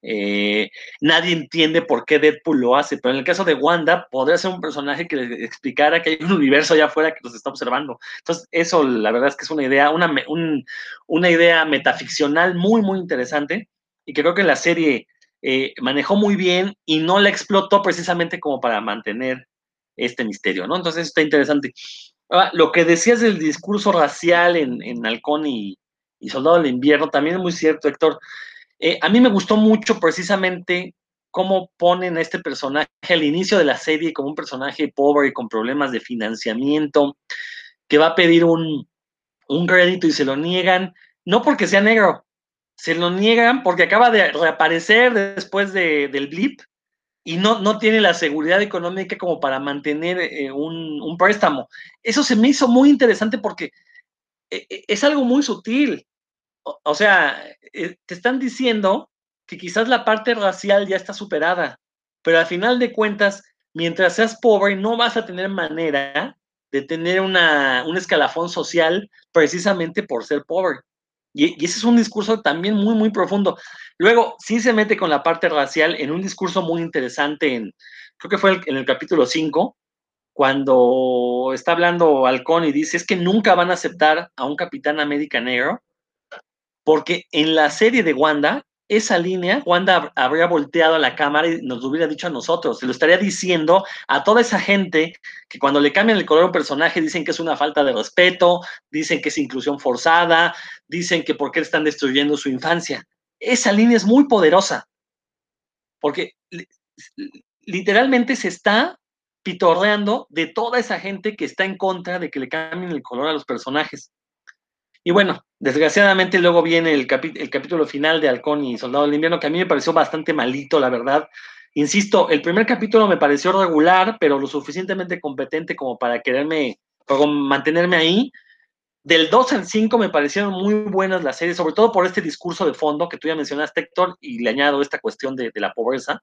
Eh, nadie entiende por qué Deadpool lo hace, pero en el caso de Wanda podría ser un personaje que le explicara que hay un universo allá afuera que nos está observando. Entonces, eso la verdad es que es una idea, una, un, una idea metaficcional muy, muy interesante y que creo que la serie eh, manejó muy bien y no la explotó precisamente como para mantener este misterio, ¿no? Entonces, está interesante. Ahora, lo que decías del discurso racial en, en Halcón y, y Soldado del Invierno también es muy cierto, Héctor. Eh, a mí me gustó mucho precisamente cómo ponen a este personaje al inicio de la serie como un personaje pobre y con problemas de financiamiento, que va a pedir un, un crédito y se lo niegan, no porque sea negro, se lo niegan porque acaba de reaparecer después de, del blip y no, no tiene la seguridad económica como para mantener eh, un, un préstamo. Eso se me hizo muy interesante porque eh, es algo muy sutil. O, o sea, eh, te están diciendo que quizás la parte racial ya está superada, pero al final de cuentas, mientras seas pobre, no vas a tener manera de tener una, un escalafón social precisamente por ser pobre. Y, y, ese es un discurso también muy, muy profundo. Luego, sí se mete con la parte racial en un discurso muy interesante, en, creo que fue el, en el capítulo cinco, cuando está hablando Halcón y dice, es que nunca van a aceptar a un Capitán América negro, porque en la serie de Wanda, esa línea, Wanda habría volteado a la cámara y nos lo hubiera dicho a nosotros, se lo estaría diciendo a toda esa gente que cuando le cambian el color a un personaje dicen que es una falta de respeto, dicen que es inclusión forzada, dicen que por qué están destruyendo su infancia. Esa línea es muy poderosa, porque literalmente se está pitorreando de toda esa gente que está en contra de que le cambien el color a los personajes. Y bueno, desgraciadamente luego viene el, capi el capítulo final de Halcón y Soldado del Invierno, que a mí me pareció bastante malito, la verdad. Insisto, el primer capítulo me pareció regular, pero lo suficientemente competente como para quererme, para mantenerme ahí. Del dos al cinco me parecieron muy buenas las series, sobre todo por este discurso de fondo que tú ya mencionaste, Héctor, y le añado esta cuestión de, de la pobreza.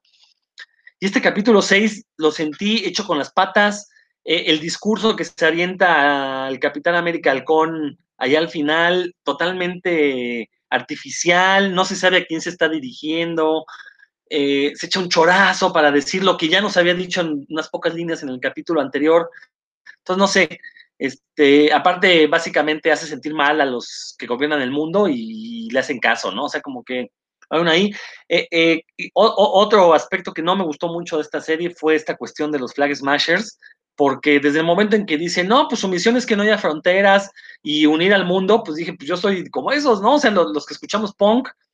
Y este capítulo seis lo sentí hecho con las patas, eh, el discurso que se avienta al Capitán América Halcón allá al final, totalmente artificial, no se sabe a quién se está dirigiendo, eh, se echa un chorazo para decir lo que ya nos había dicho en unas pocas líneas en el capítulo anterior. Entonces, no sé, este, aparte, básicamente hace sentir mal a los que gobiernan el mundo y, y le hacen caso, ¿no? O sea, como que aún ahí. Eh, eh, o, o, otro aspecto que no me gustó mucho de esta serie fue esta cuestión de los Flag Smashers, porque desde el momento en que dicen, no, pues su misión es que no haya fronteras y unir al mundo, pues dije, pues yo soy como esos, ¿no? O sea, los, los que escuchamos punk,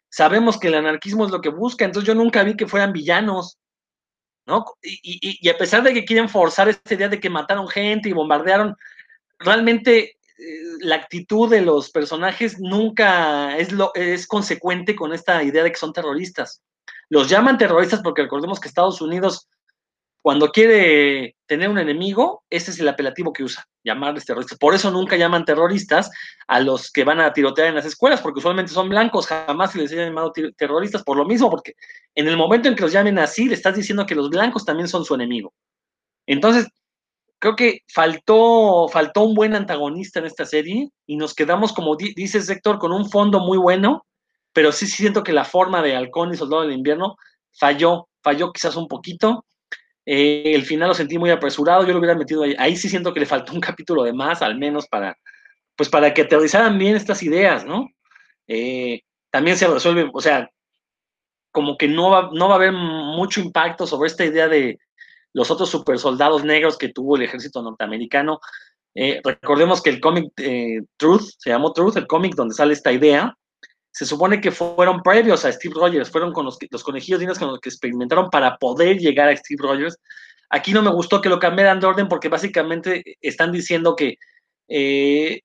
sabemos que el anarquismo es lo que busca, entonces yo nunca vi que fueran villanos, ¿no? Y, y, y a pesar de que quieren forzar esta idea de que mataron gente y bombardearon, realmente eh, la actitud de los personajes nunca es, lo, es consecuente con esta idea de que son terroristas. Los llaman terroristas porque recordemos que Estados Unidos, cuando quiere tener un enemigo, ese es el apelativo que usa, llamarles terroristas. Por eso nunca llaman terroristas a los que van a tirotear en las escuelas, porque usualmente son blancos, jamás se les haya llamado terroristas por lo mismo, porque en el momento en que los llamen así, le estás diciendo que los blancos también son su enemigo. Entonces, creo que faltó, faltó un buen antagonista en esta serie y nos quedamos, como di dices, Héctor, con un fondo muy bueno, pero sí, sí siento que la forma de Halcón y Soldado del Invierno falló, falló quizás un poquito. Eh, el final lo sentí muy apresurado, yo lo hubiera metido ahí. Ahí sí siento que le faltó un capítulo de más, al menos para, pues para que aterrizaran bien estas ideas, ¿no? Eh, también se resuelve, o sea, como que no va, no va a haber mucho impacto sobre esta idea de los otros super soldados negros que tuvo el ejército norteamericano. Eh, recordemos que el cómic eh, Truth, se llamó Truth, el cómic donde sale esta idea, se supone que fueron previos a Steve Rogers, fueron con los, los conejillos dinos con los que experimentaron para poder llegar a Steve Rogers. Aquí no me gustó que lo cambiaran de orden porque básicamente están diciendo que eh,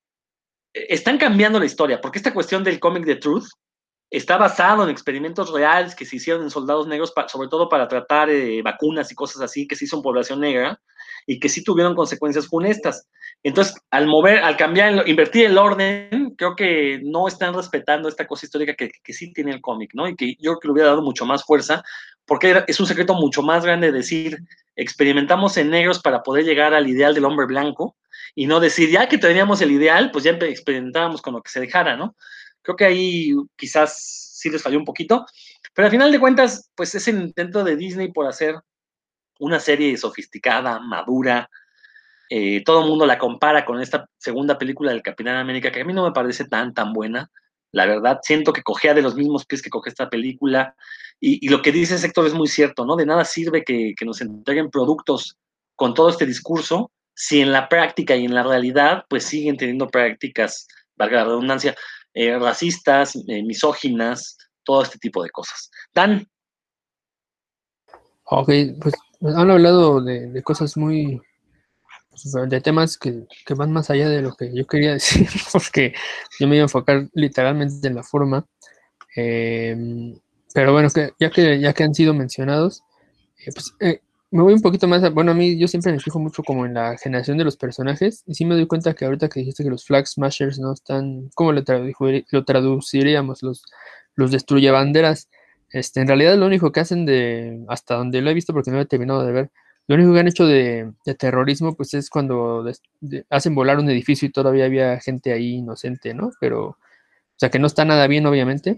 están cambiando la historia, porque esta cuestión del cómic de Truth está basado en experimentos reales que se hicieron en soldados negros, pa, sobre todo para tratar eh, vacunas y cosas así, que se hizo en población negra y que sí tuvieron consecuencias funestas. Entonces, al mover, al cambiar, invertir el orden, creo que no están respetando esta cosa histórica que, que sí tiene el cómic, ¿no? Y que yo creo que le hubiera dado mucho más fuerza, porque era, es un secreto mucho más grande decir, experimentamos en negros para poder llegar al ideal del hombre blanco, y no decir, ya que teníamos el ideal, pues ya experimentábamos con lo que se dejara, ¿no? Creo que ahí quizás sí les falló un poquito, pero al final de cuentas, pues es el intento de Disney por hacer una serie sofisticada, madura. Eh, todo el mundo la compara con esta segunda película del Capitán América, que a mí no me parece tan, tan buena. La verdad, siento que cogea de los mismos pies que coge esta película. Y, y lo que dice Héctor es muy cierto, ¿no? De nada sirve que, que nos entreguen productos con todo este discurso si en la práctica y en la realidad, pues siguen teniendo prácticas, valga la redundancia, eh, racistas, eh, misóginas, todo este tipo de cosas. Dan. Ok, pues han hablado de, de cosas muy, de temas que, que van más allá de lo que yo quería decir, porque yo me iba a enfocar literalmente en la forma. Eh, pero bueno, que, ya, que, ya que han sido mencionados, eh, pues eh, me voy un poquito más a, bueno, a mí yo siempre me fijo mucho como en la generación de los personajes, y sí me doy cuenta que ahorita que dijiste que los Flag Smashers no están, ¿cómo lo, tradu- lo traduciríamos? Los, los destruye banderas. Este, en realidad lo único que hacen de, hasta donde lo he visto porque no lo he terminado de ver, lo único que han hecho de, de terrorismo pues es cuando des, de, hacen volar un edificio y todavía había gente ahí inocente, ¿no? Pero, o sea que no está nada bien obviamente,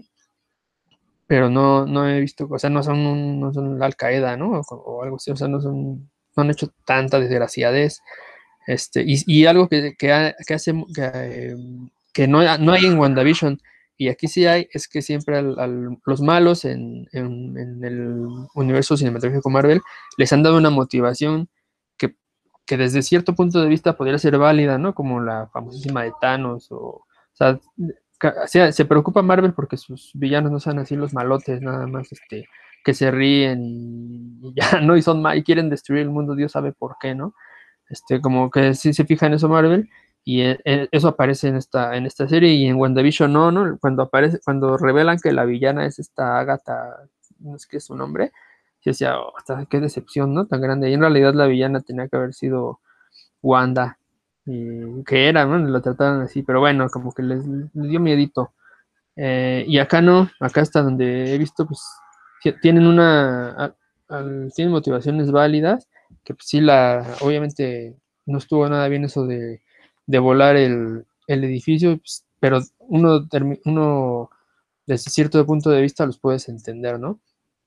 pero no, no he visto, o sea, no son, un, no son la Al Qaeda, ¿no? O, o algo así, o sea, no son, no han hecho tanta desgraciadez. Este, y, y algo que, que, ha, que hace que, eh, que no, no, hay en WandaVision, y aquí sí hay, es que siempre al, al, los malos en, en, en, el universo cinematográfico Marvel les han dado una motivación que, que desde cierto punto de vista podría ser válida, ¿no? Como la famosísima de Thanos, o, o sea, se, se preocupa Marvel porque sus villanos no sean así los malotes, nada más este, que se ríen y, y ya, ¿no? Y son mal, y quieren destruir el mundo, Dios sabe por qué, ¿no? Este, como que sí se fija en eso Marvel, y e, e, eso aparece en esta, en esta serie, y en WandaVision no, ¿no? Cuando aparece, cuando revelan que la villana es esta Agatha, no es que es su nombre, yo decía, oh, qué decepción, ¿no? Tan grande, y en realidad la villana tenía que haber sido Wanda, y que era, ¿no? Lo trataron así, pero bueno, como que les, les dio miedito. Eh, y acá no, acá hasta donde he visto, pues tienen una, a, a, tienen motivaciones válidas, que pues, sí, la, obviamente no estuvo nada bien eso de, de volar el, el edificio, pues, pero uno, uno desde cierto punto de vista los puedes entender, ¿no?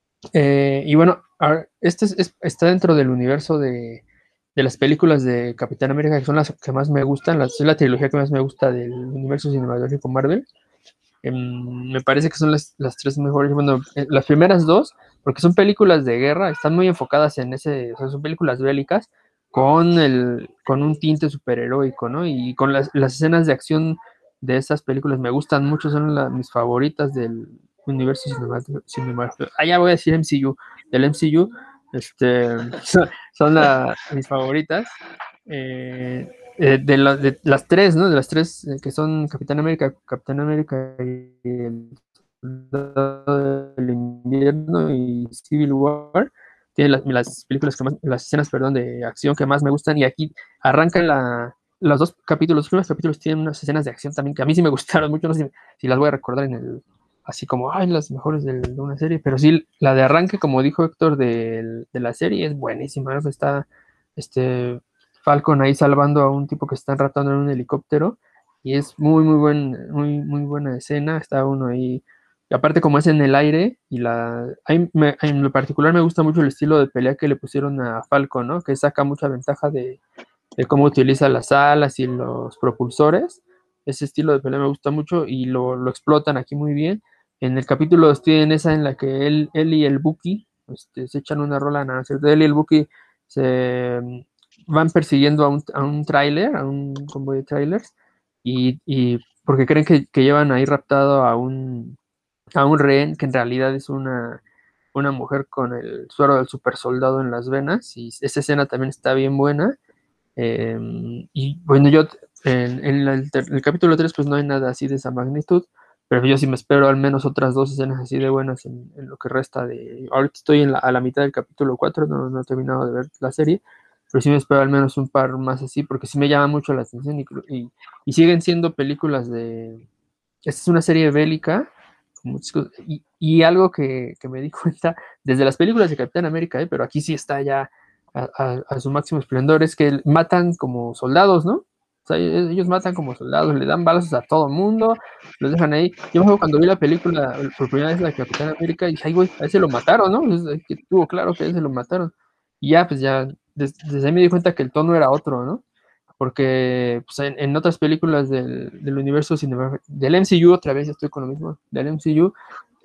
Eh, y bueno, este es, es, está dentro del universo de, de las películas de Capitán América, que son las que más me gustan, las, es la trilogía que más me gusta del universo cinematográfico Marvel. Eh, me parece que son las, las tres mejores, bueno, eh, las primeras dos, porque son películas de guerra, están muy enfocadas en ese, o sea, son películas bélicas con, el, con un tinte superheroico, ¿no? Y con las, las escenas de acción de esas películas me gustan mucho, son la, mis favoritas del, universo cinematográfico. Ah, ya voy a decir M C U. Del M C U, este, son la, mis favoritas. Eh, eh, de, la, de, las tres, ¿no? De las tres eh, que son Capitán América, Capitán América y el Soldado del Invierno y Civil War, tiene las, las películas que más, las escenas, perdón, de acción que más me gustan, y aquí arrancan la, los dos capítulos, los primeros capítulos tienen unas escenas de acción también que a mí sí me gustaron mucho, no sé si, si las voy a recordar en el, así como, ay, las mejores de, de una serie, pero sí, la de arranque, como dijo Héctor, de, de la serie es buenísima, ¿no? Está este Falcon ahí salvando a un tipo que está ratando en un helicóptero, y es muy, muy, buen, muy, muy buena escena, está uno ahí, y aparte como es en el aire, y la, hay, me, en lo particular me gusta mucho el estilo de pelea que le pusieron a Falcon, ¿no? Que saca mucha ventaja de, de cómo utiliza las alas y los propulsores, ese estilo de pelea me gusta mucho, y lo, lo explotan aquí muy bien. En el capítulo dos tienen esa en la que él, él y el Bucky este, se echan una rola, nada, ¿cierto? Él y el Bucky se van persiguiendo a un, a un tráiler, a un convoy de trailers, y, y porque creen que, que, llevan ahí raptado a un, a un rehén que en realidad es una, una mujer con el suero del super soldado en las venas, y esa escena también está bien buena. Eh, y bueno, yo en, en, el, en, el, capítulo tres pues no hay nada así de esa magnitud, pero yo sí me espero al menos otras dos escenas así de buenas en, en lo que resta de... Ahorita estoy en la, a la mitad del capítulo cuatro, no, no he terminado de ver la serie, pero sí me espero al menos un par más así, porque sí me llama mucho la atención, y, y, y siguen siendo películas de... Esta es una serie bélica, y, y algo que, que, me di cuenta desde las películas de Capitán América, ¿eh? Pero aquí sí está ya a, a, a, su máximo esplendor, es que matan como soldados, ¿no? O sea, ellos matan como soldados, le dan balazos a todo el mundo, los dejan ahí. Yo me acuerdo cuando vi la película por primera vez, la de Capitán América, y dije, ay, güey, a ese lo mataron, ¿no? Es que tuvo claro que a ese lo mataron. Y ya, pues ya, des, desde ahí me di cuenta que el tono era otro, ¿no? Porque pues, en, en, otras películas del, del universo cinematográfico, del M C U, otra vez estoy con lo mismo, del M C U,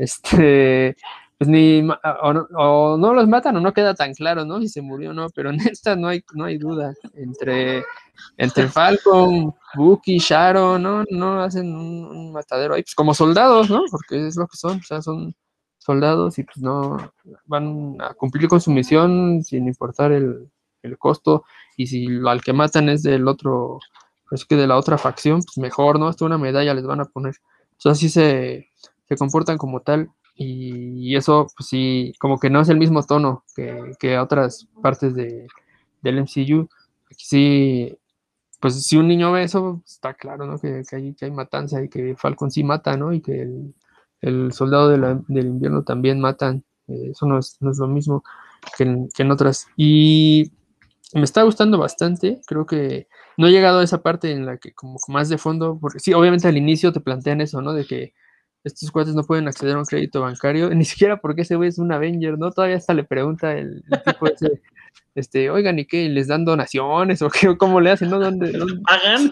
este, pues ni, o no, o no los matan o no queda tan claro, ¿no? Si se murió o no, pero en esta no hay, no hay duda, entre, entre Falcon, Bucky, Sharon, ¿no? No hacen un, un matadero ahí, pues como soldados, ¿no? Porque es lo que son, o sea, son soldados y pues no, van a cumplir con su misión sin importar el, el costo, y si al que matan es del otro, pues que de la otra facción, pues mejor, ¿no? Hasta una medalla les van a poner. O sea, así se, se comportan como tal, y, y eso, pues sí, como que no es el mismo tono que, que otras partes de, del M C U. Aquí sí, pues si un niño ve eso, está claro, ¿no? Que, que, hay, que hay matanza, y que Falcon sí mata, ¿no? Y que el, el soldado de la, del invierno también matan. Eh, eso no es, no es lo mismo que en, que en otras. Y me está gustando bastante, creo que no he llegado a esa parte en la que como más de fondo, porque sí, obviamente al inicio te plantean eso, ¿no? De que estos cuates no pueden acceder a un crédito bancario, ni siquiera porque ese güey es un Avenger, ¿no? Todavía hasta le pregunta el, el tipo ese, este, oigan, ¿y qué? ¿Les dan donaciones o qué? ¿Cómo le hacen? ¿No? ¿Dónde? dónde? ¿Pagan?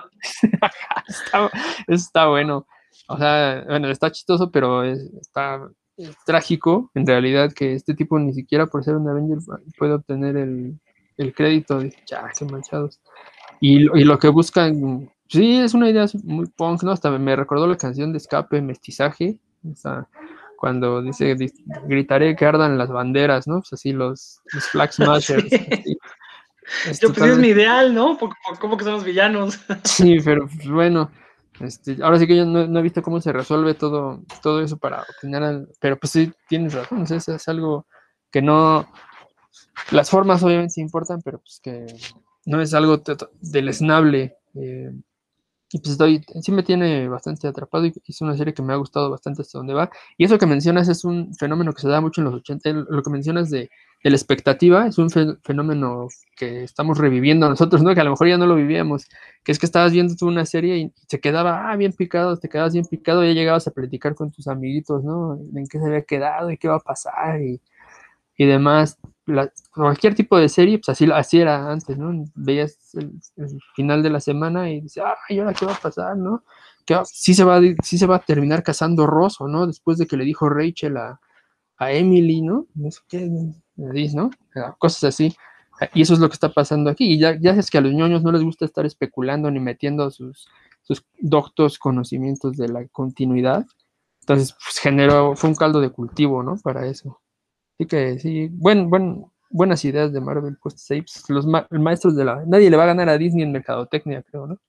está, está bueno. O sea, bueno, está chistoso, pero es, está es trágico, en realidad, que este tipo ni siquiera por ser un Avenger puede obtener el, el crédito. De, ya, qué manchados. Y, y lo que buscan, sí, es una idea muy punk, ¿no? Hasta me recordó la canción de Escape, Mestizaje, o sea, cuando dice, gritaré que ardan las banderas, ¿no? Pues así los, los Flag Smashers. Sí. Así. Es Yo, pues es mi ideal, ¿no? ¿Cómo que son los villanos? Sí, pero pues, bueno, este, ahora sí que yo no, no he visto cómo se resuelve todo, todo eso para opinar, al, pero pues sí, tienes razón, o sea, es, es algo que no, las formas obviamente importan, pero pues que no es algo deleznable. Eh, y pues estoy, sí me tiene bastante atrapado, y es una serie que me ha gustado bastante hasta donde va. Y eso que mencionas es un fenómeno que se da mucho en los ochenta, lo que mencionas de, de la expectativa, es un fe, fenómeno que estamos reviviendo nosotros, ¿no? Que a lo mejor ya no lo vivíamos, que es que estabas viendo tú una serie y se quedaba, ah, bien picado, te quedabas bien picado, y ya llegabas a platicar con tus amiguitos, ¿no? En qué se había quedado y qué va a pasar, y y demás. La, cualquier tipo de serie, pues así, así era antes, ¿no? Veías el, el final de la semana y dices, ah, ¿y ahora qué va a pasar, no? ¿Qué va? Sí, se va, sí se va a terminar casando Ross, ¿no? Después de que le dijo Rachel a, a Emily, ¿no? No sé qué, ¿no? Cosas así. Y eso es lo que está pasando aquí. Y ya, ya es que a los ñoños no les gusta estar especulando ni metiendo sus, sus doctos conocimientos de la continuidad. Entonces, pues, generó, fue un caldo de cultivo, ¿no? Para eso. Así que sí, buen, buen, buenas ideas de Marvel, pues ahí, pues, los ma maestros de la... Nadie le va a ganar a Disney en mercadotecnia, creo, ¿no?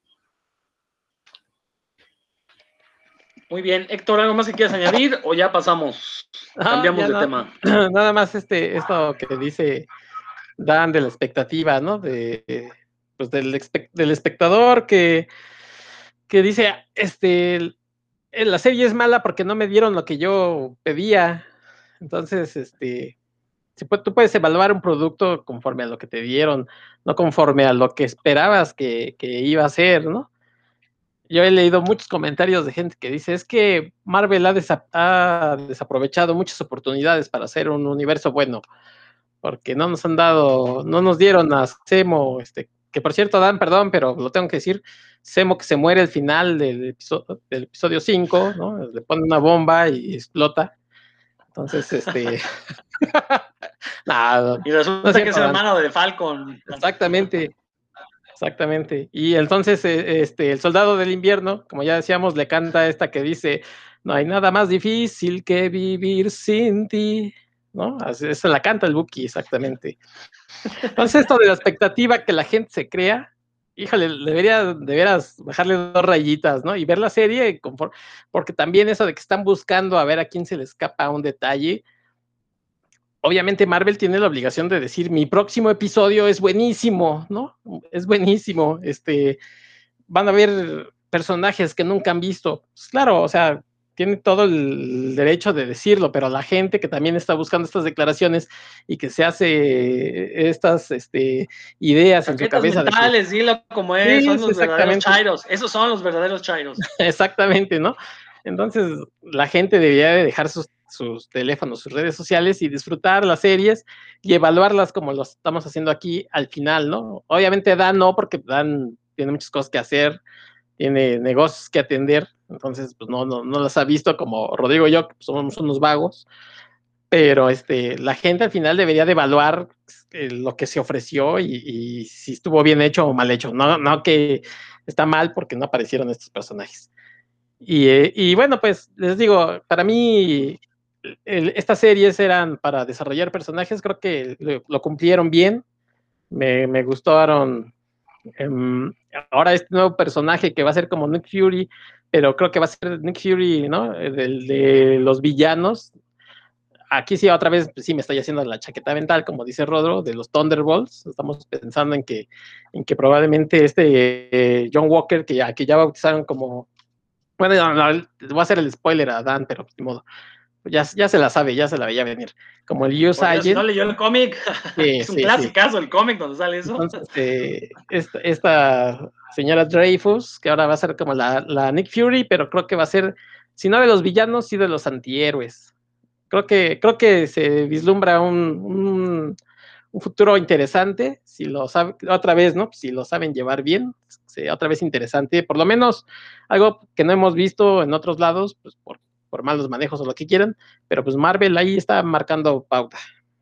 Muy bien, Héctor, ¿algo más que quieras añadir o ya pasamos? Ah, Cambiamos ya de no, tema. nada más este, esto que dice Dan de la expectativa, ¿no? De, pues del, espe del espectador que, que dice, este, la serie es mala porque no me dieron lo que yo pedía. Entonces, este, si puede, tú puedes evaluar un producto conforme a lo que te dieron, no conforme a lo que esperabas que, que iba a ser, ¿no? Yo he leído muchos comentarios de gente que dice, es que Marvel ha, desa ha desaprovechado muchas oportunidades para hacer un universo bueno, porque no nos han dado, no nos dieron a Zemo, este, que por cierto, Dan, perdón, pero lo tengo que decir, Zemo que se muere al final del, episodio, del episodio cinco, ¿no? Le pone una bomba y explota. Entonces, este... nah, Y no es resulta que es cierto, Dan. hermano de Falcon. Exactamente. Exactamente. Y entonces, eh, este, el soldado del invierno, como ya decíamos, le canta esta que dice, no hay nada más difícil que vivir sin ti, ¿no? Así, esa la canta el Buki, exactamente. Entonces, esto de la expectativa que la gente se crea, híjole, debería, de veras, bajarle dos rayitas, ¿no? Y ver la serie, porque también eso de que están buscando a ver a quién se le escapa un detalle, obviamente Marvel tiene la obligación de decir, mi próximo episodio es buenísimo, ¿no? Es buenísimo, este, van a ver personajes que nunca han visto. Pues claro, o sea, tiene todo el derecho de decirlo, pero la gente que también está buscando estas declaraciones y que se hace estas este, ideas en su Chaquetas cabeza de que... mentales, dilo como es, Sí, son es los verdaderos exactamente. chairos, esos son los verdaderos chairos. Exactamente, ¿no? Entonces, la gente debería de dejar sus, sus teléfonos, sus redes sociales y disfrutar las series y evaluarlas como lo estamos haciendo aquí al final, ¿no? Obviamente Dan no, porque Dan tiene muchas cosas que hacer, tiene negocios que atender, entonces pues no, no, no las ha visto como Rodrigo y yo, que somos unos vagos, pero este, la gente al final debería de evaluar eh, lo que se ofreció y, y si estuvo bien hecho o mal hecho, no, no que está mal porque no aparecieron estos personajes. Y, eh, y bueno, pues les digo, para mí el, estas series eran para desarrollar personajes, creo que lo, lo cumplieron bien, me, me gustaron. Um, ahora este nuevo personaje que va a ser como Nick Fury, pero creo que va a ser Nick Fury, ¿no? Del de los villanos. Aquí sí, otra vez, pues sí me estoy haciendo la chaqueta mental, como dice Rodro, de los Thunderbolts. Estamos pensando en que, en que probablemente este eh, John Walker, que ya, que ya bautizaron como... Bueno, no, no, voy a hacer el spoiler a Dan, pero de modo. Ya, ya se la sabe, ya se la veía venir. Como el U S Por Dios, si no Agent. leyó el cómic, Sí, es un sí, sí. clasicazo el cómic donde sale eso. Entonces, eh, esta, esta señora Dreyfus, que ahora va a ser como la, la Nick Fury, pero creo que va a ser, si no de los villanos, sí de los antihéroes. Creo que, creo que se vislumbra un, un, un futuro interesante, si lo sabe, otra vez, ¿no? Si lo saben llevar bien, sí, otra vez interesante, por lo menos algo que no hemos visto en otros lados, pues por, por malos manejos o lo que quieran, pero pues Marvel ahí está marcando pauta.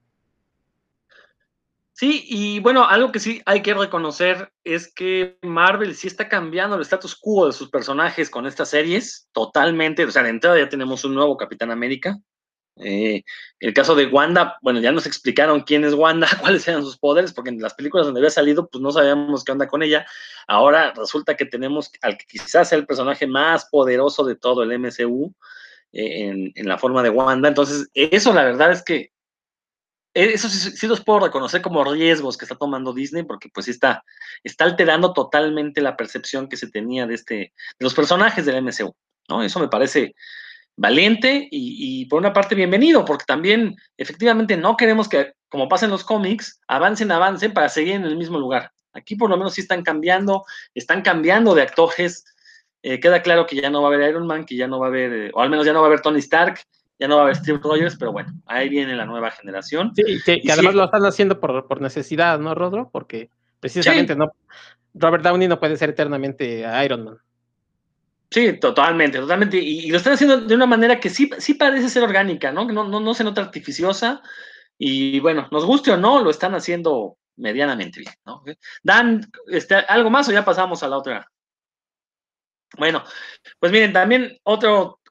Sí, y bueno, algo que sí hay que reconocer es que Marvel sí está cambiando el status quo de sus personajes con estas series, totalmente. O sea, de entrada ya tenemos un nuevo Capitán América. Eh, el caso de Wanda, bueno, ya nos explicaron quién es Wanda, cuáles eran sus poderes, porque en las películas donde había salido, pues no sabíamos qué onda con ella. Ahora resulta que tenemos al que quizás sea el personaje más poderoso de todo el M C U eh, en, en la forma de Wanda. Entonces, eso la verdad es que eso sí, sí los puedo reconocer como riesgos que está tomando Disney, porque pues está, está alterando totalmente la percepción que se tenía de, este, de los personajes del M C U, ¿no? Eso me parece valiente y, y por una parte bienvenido, porque también efectivamente no queremos que, como pasa en los cómics, avancen, avancen para seguir en el mismo lugar. Aquí por lo menos sí están cambiando, están cambiando de actores. Eh, queda claro que ya no va a haber Iron Man, que ya no va a haber, eh, o al menos ya no va a haber Tony Stark, ya no va a haber Steve Rogers, pero bueno, ahí viene la nueva generación. Sí, que, Y que además sí, lo están haciendo por, por necesidad, ¿no, Rodro? Porque precisamente sí, no, Robert Downey no puede ser eternamente Iron Man. sí, totalmente, totalmente. Y, y, lo están haciendo de una manera que sí, sí parece ser orgánica, ¿no? No, no, no se nota artificiosa. Y bueno, nos guste o no, lo están haciendo medianamente bien, ¿no? Dan, este, ¿algo más o ya pasamos a la otra? Bueno, pues miren, también otro,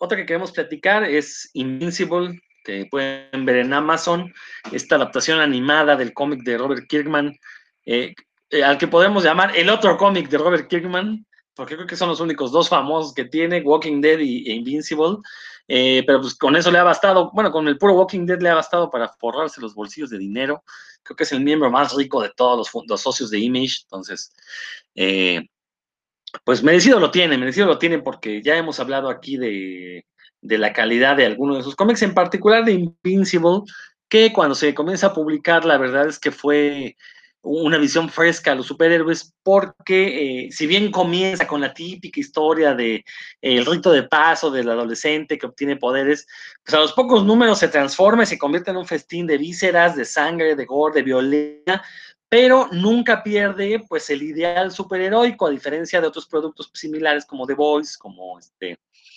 otra que queremos platicar es Invincible, que pueden ver en Amazon, esta adaptación animada del cómic de Robert Kirkman, eh, eh, al que podemos llamar el otro cómic de Robert Kirkman, porque creo que son los únicos dos famosos que tiene, Walking Dead y, e Invincible, eh, pero pues con eso le ha bastado, bueno, con el puro Walking Dead le ha bastado para forrarse los bolsillos de dinero. Creo que es el miembro más rico de todos los, los socios de Image, entonces, eh, pues merecido lo tiene, merecido lo tiene porque ya hemos hablado aquí de, de la calidad de algunos de sus cómics, en particular de Invincible, que cuando se comienza a publicar, la verdad es que fue una visión fresca a los superhéroes, porque eh, si bien comienza con la típica historia de eh, el rito de paso del adolescente que obtiene poderes, pues a los pocos números se transforma y se convierte en un festín de vísceras, de sangre, de gore, de violencia, pero nunca pierde pues el ideal superheroico, a diferencia de otros productos similares como The Boys, como este,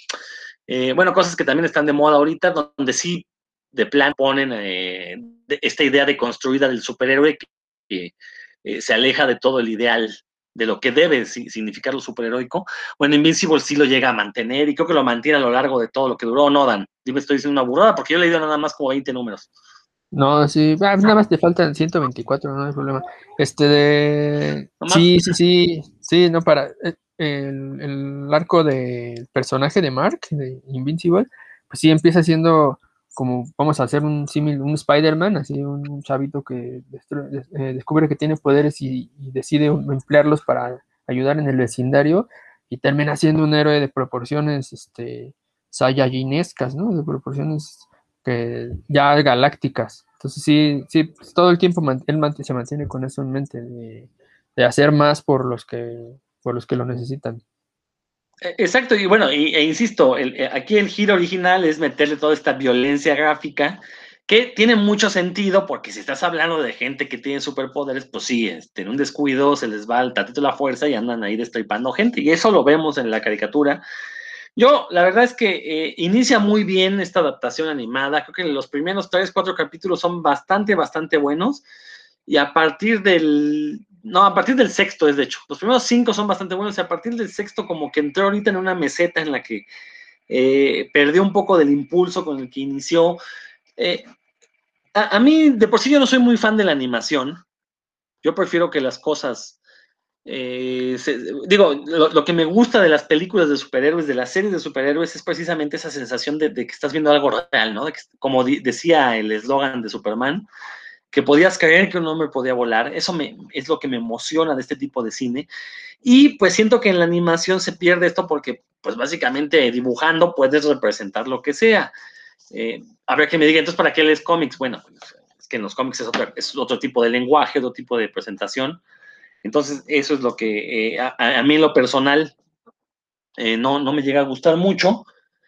eh, bueno, cosas que también están de moda ahorita, donde sí de plan ponen eh, de esta idea de construida del superhéroe que, que eh, se aleja de todo el ideal de lo que debe significar lo superheroico. Bueno, Invincible sí lo llega a mantener y creo que lo mantiene a lo largo de todo lo que duró, ¿no, Dan? Dime, estoy diciendo una burrada porque yo he leído nada más como veinte números. No, sí, ah, nada más te faltan ciento veinticuatro, no hay problema. Este de... ¿No más? Sí, sí, sí, sí, no, para... eh, El, el arco del personaje de Mark, de Invincible, pues sí empieza siendo como, vamos a hacer un símil, un Spider-Man, así un chavito que destru- des- eh, descubre que tiene poderes y, y decide emplearlos para ayudar en el vecindario y termina siendo un héroe de proporciones, este, saiyajinescas, ¿no? De proporciones que ya galácticas. Entonces sí, sí, pues, todo el tiempo man- él mant- se mantiene con eso en mente, de, de hacer más por los que, por los que lo necesitan. Exacto, y bueno, y, e insisto, el, eh, aquí el giro original es meterle toda esta violencia gráfica, que tiene mucho sentido, porque si estás hablando de gente que tiene superpoderes, pues sí, este, en un descuido se les va el tantito la fuerza y andan ahí destripando gente, y eso lo vemos en la caricatura. Yo, la verdad es que eh, inicia muy bien esta adaptación animada, creo que los primeros tres, cuatro capítulos son bastante, bastante buenos, y a partir del, no, a partir del sexto es de hecho, los primeros cinco son bastante buenos y a partir del sexto como que entró ahorita en una meseta en la que eh, perdió un poco del impulso con el que inició. Eh, a, a mí, de por sí yo no soy muy fan de la animación, yo prefiero que las cosas, eh, se, digo, lo, lo, que me gusta de las películas de superhéroes, de las series de superhéroes, es precisamente esa sensación de, de que estás viendo algo real, ¿no? De que, como di, decía el eslogan de Superman, que podías creer que un hombre podía volar. Eso me, es lo que me emociona de este tipo de cine. Y pues siento que en la animación se pierde esto porque, pues básicamente dibujando puedes representar lo que sea. Eh, habrá que me diga, entonces, ¿para qué lees cómics? Bueno, pues, es que en los cómics es otro, es otro tipo de lenguaje, otro tipo de presentación. Entonces, eso es lo que eh, a, a, mí en lo personal eh, no, no me llega a gustar mucho.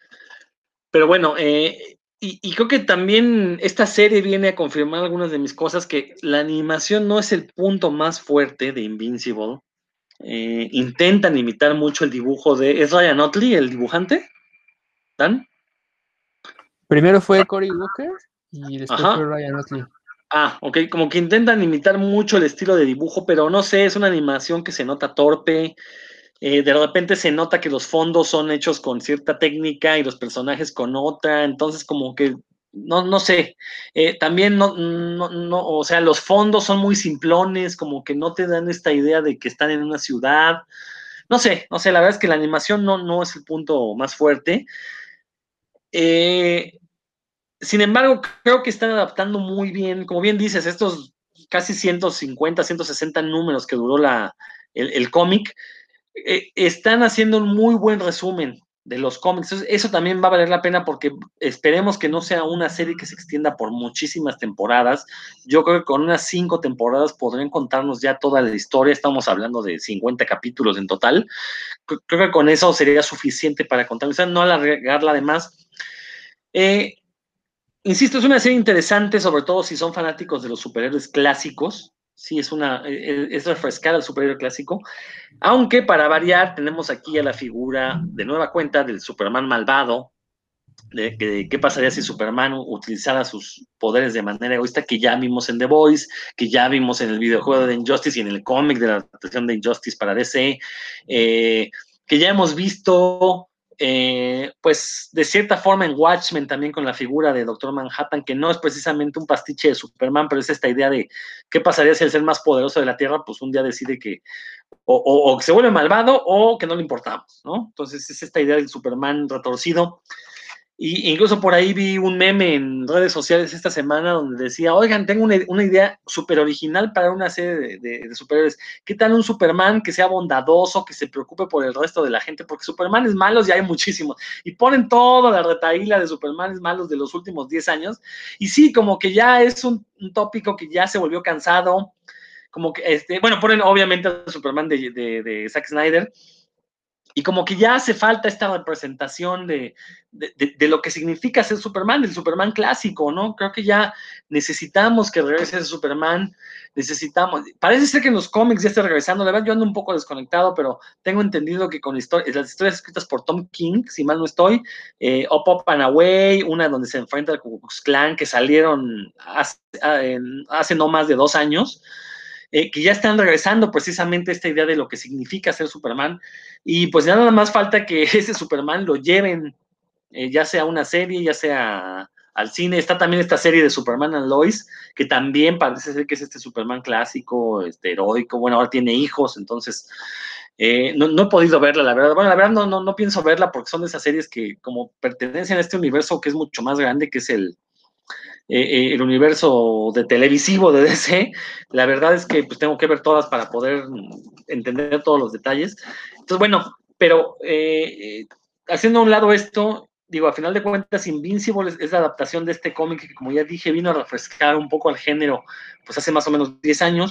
Pero bueno, eh, y, y, creo que también esta serie viene a confirmar algunas de mis cosas, que la animación no es el punto más fuerte de Invincible. Eh, intentan imitar mucho el dibujo de... ¿Es Ryan Otley el dibujante? ¿Dan? Primero fue Cory Walker y después Ajá. fue Ryan Otley. Ah, ok, como que intentan imitar mucho el estilo de dibujo, pero no sé, es una animación que se nota torpe. Eh, de repente se nota que los fondos son hechos con cierta técnica y los personajes con otra, entonces como que, no, no sé, eh, también no, no, no, o sea, los fondos son muy simplones, como que no te dan esta idea de que están en una ciudad, no sé, no sé, la verdad es que la animación no, no es el punto más fuerte. Eh, sin embargo, creo que están adaptando muy bien, como bien dices, estos casi ciento cincuenta, ciento sesenta números que duró la, el, el cómic, eh, están haciendo un muy buen resumen de los cómics. Entonces, eso también va a valer la pena porque esperemos que no sea una serie que se extienda por muchísimas temporadas. Yo creo que con unas cinco temporadas podrían contarnos ya toda la historia. Estamos hablando de cincuenta capítulos en total. Creo que con eso sería suficiente para contarnos, o sea, no alargarla de más. Eh, Insisto, es una serie interesante, sobre todo si son fanáticos de los superhéroes clásicos. Sí, es, una, es refrescar al superhéroe clásico. Aunque para variar, tenemos aquí a la figura de nueva cuenta del Superman malvado. De, de qué pasaría si Superman utilizara sus poderes de manera egoísta, que ya vimos en The Boys, que ya vimos en el videojuego de Injustice y en el cómic de la adaptación de Injustice para D C, eh, que ya hemos visto eh, pues de cierta forma en Watchmen también con la figura de Doctor Manhattan, que no es precisamente un pastiche de Superman, pero es esta idea de qué pasaría si el ser más poderoso de la Tierra, pues un día decide que o, o, o que se vuelve malvado o que no le importamos, ¿no? Entonces es esta idea del Superman retorcido. Y incluso por ahí vi un meme en redes sociales esta semana donde decía, oigan, tengo una, una idea súper original para una serie de, de, de superhéroes. ¿Qué tal un Superman que sea bondadoso, que se preocupe por el resto de la gente? Porque Supermanes malos ya hay muchísimos. Y ponen toda la retaíla de Supermanes malos de los últimos diez años. Y sí, como que ya es un, un tópico que ya se volvió cansado. Como que, este, bueno, ponen obviamente al Superman de, de, de Zack Snyder. Y como que ya hace falta esta representación de, de, de, de, lo que significa ser Superman, del Superman clásico, ¿no? Creo que ya necesitamos que regrese ese Superman, necesitamos, parece ser que en los cómics ya está regresando, la verdad yo ando un poco desconectado, pero tengo entendido que con historias, las historias escritas por Tom King, si mal no estoy, eh, Up, Up and Away, una donde se enfrenta al Ku Klux Klan, que salieron hace, hace no más de dos años, Eh, que ya están regresando precisamente a esta idea de lo que significa ser Superman, y pues ya nada más falta que ese Superman lo lleven, eh, ya sea una serie, ya sea al cine. Está también esta serie de Superman and Lois, que también parece ser que es este Superman clásico, este heroico, bueno, ahora tiene hijos, entonces eh, no, no he podido verla, la verdad, bueno, la verdad no, no, no pienso verla porque son de esas series que como pertenecen a este universo que es mucho más grande, que es el Eh, el universo de televisivo de D C, la verdad es que pues tengo que ver todas para poder entender todos los detalles. Entonces, bueno, pero eh, haciendo a un lado esto, digo, a final de cuentas, Invincible es, es la adaptación de este cómic que, como ya dije, vino a refrescar un poco al género, pues hace más o menos diez años.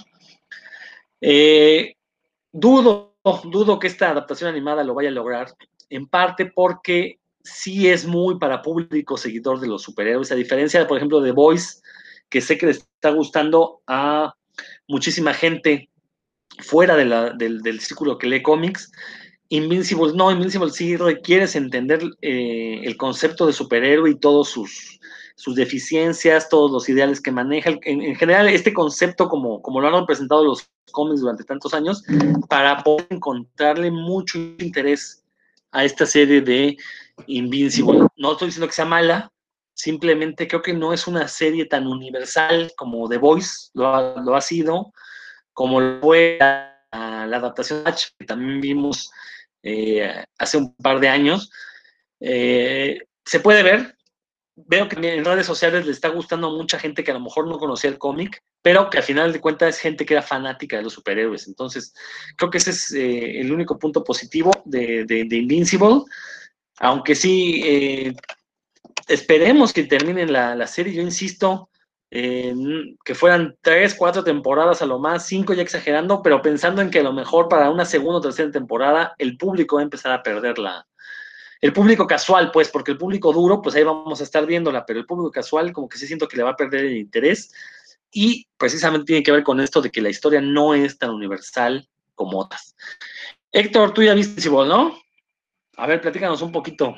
Eh, dudo, dudo que esta adaptación animada lo vaya a lograr, en parte porque sí es muy para público seguidor de los superhéroes, a diferencia, por ejemplo, de The Boys, que sé que le está gustando a muchísima gente fuera de la, del, del círculo que lee cómics. Invincible, no, Invincible sí requieres entender eh, el concepto de superhéroe y todos sus, sus deficiencias, todos los ideales que maneja. En, en general, este concepto, como, como lo han representado los cómics durante tantos años, para poder encontrarle mucho interés a esta serie de Invincible. No estoy diciendo que sea mala, simplemente creo que no es una serie tan universal como The Boys lo ha, lo ha sido, como lo fue la, la adaptación que también vimos eh, hace un par de años. Eh, se puede ver, veo que en redes sociales le está gustando a mucha gente que a lo mejor no conocía el cómic, pero que al final de cuentas es gente que era fanática de los superhéroes. Entonces, creo que ese es eh, el único punto positivo de, de, de Invincible, aunque sí, eh, esperemos que terminen la, la serie. Yo insisto, eh, que fueran tres, cuatro temporadas a lo más, cinco ya exagerando, pero pensando en que a lo mejor para una segunda o tercera temporada el público va a empezar a perder la... El público casual, pues, porque el público duro, pues ahí vamos a estar viéndola, pero el público casual como que sí siento que le va a perder el interés, y precisamente tiene que ver con esto de que la historia no es tan universal como otras. Héctor, tú ya viste Invincible, ¿no? A ver, platícanos un poquito.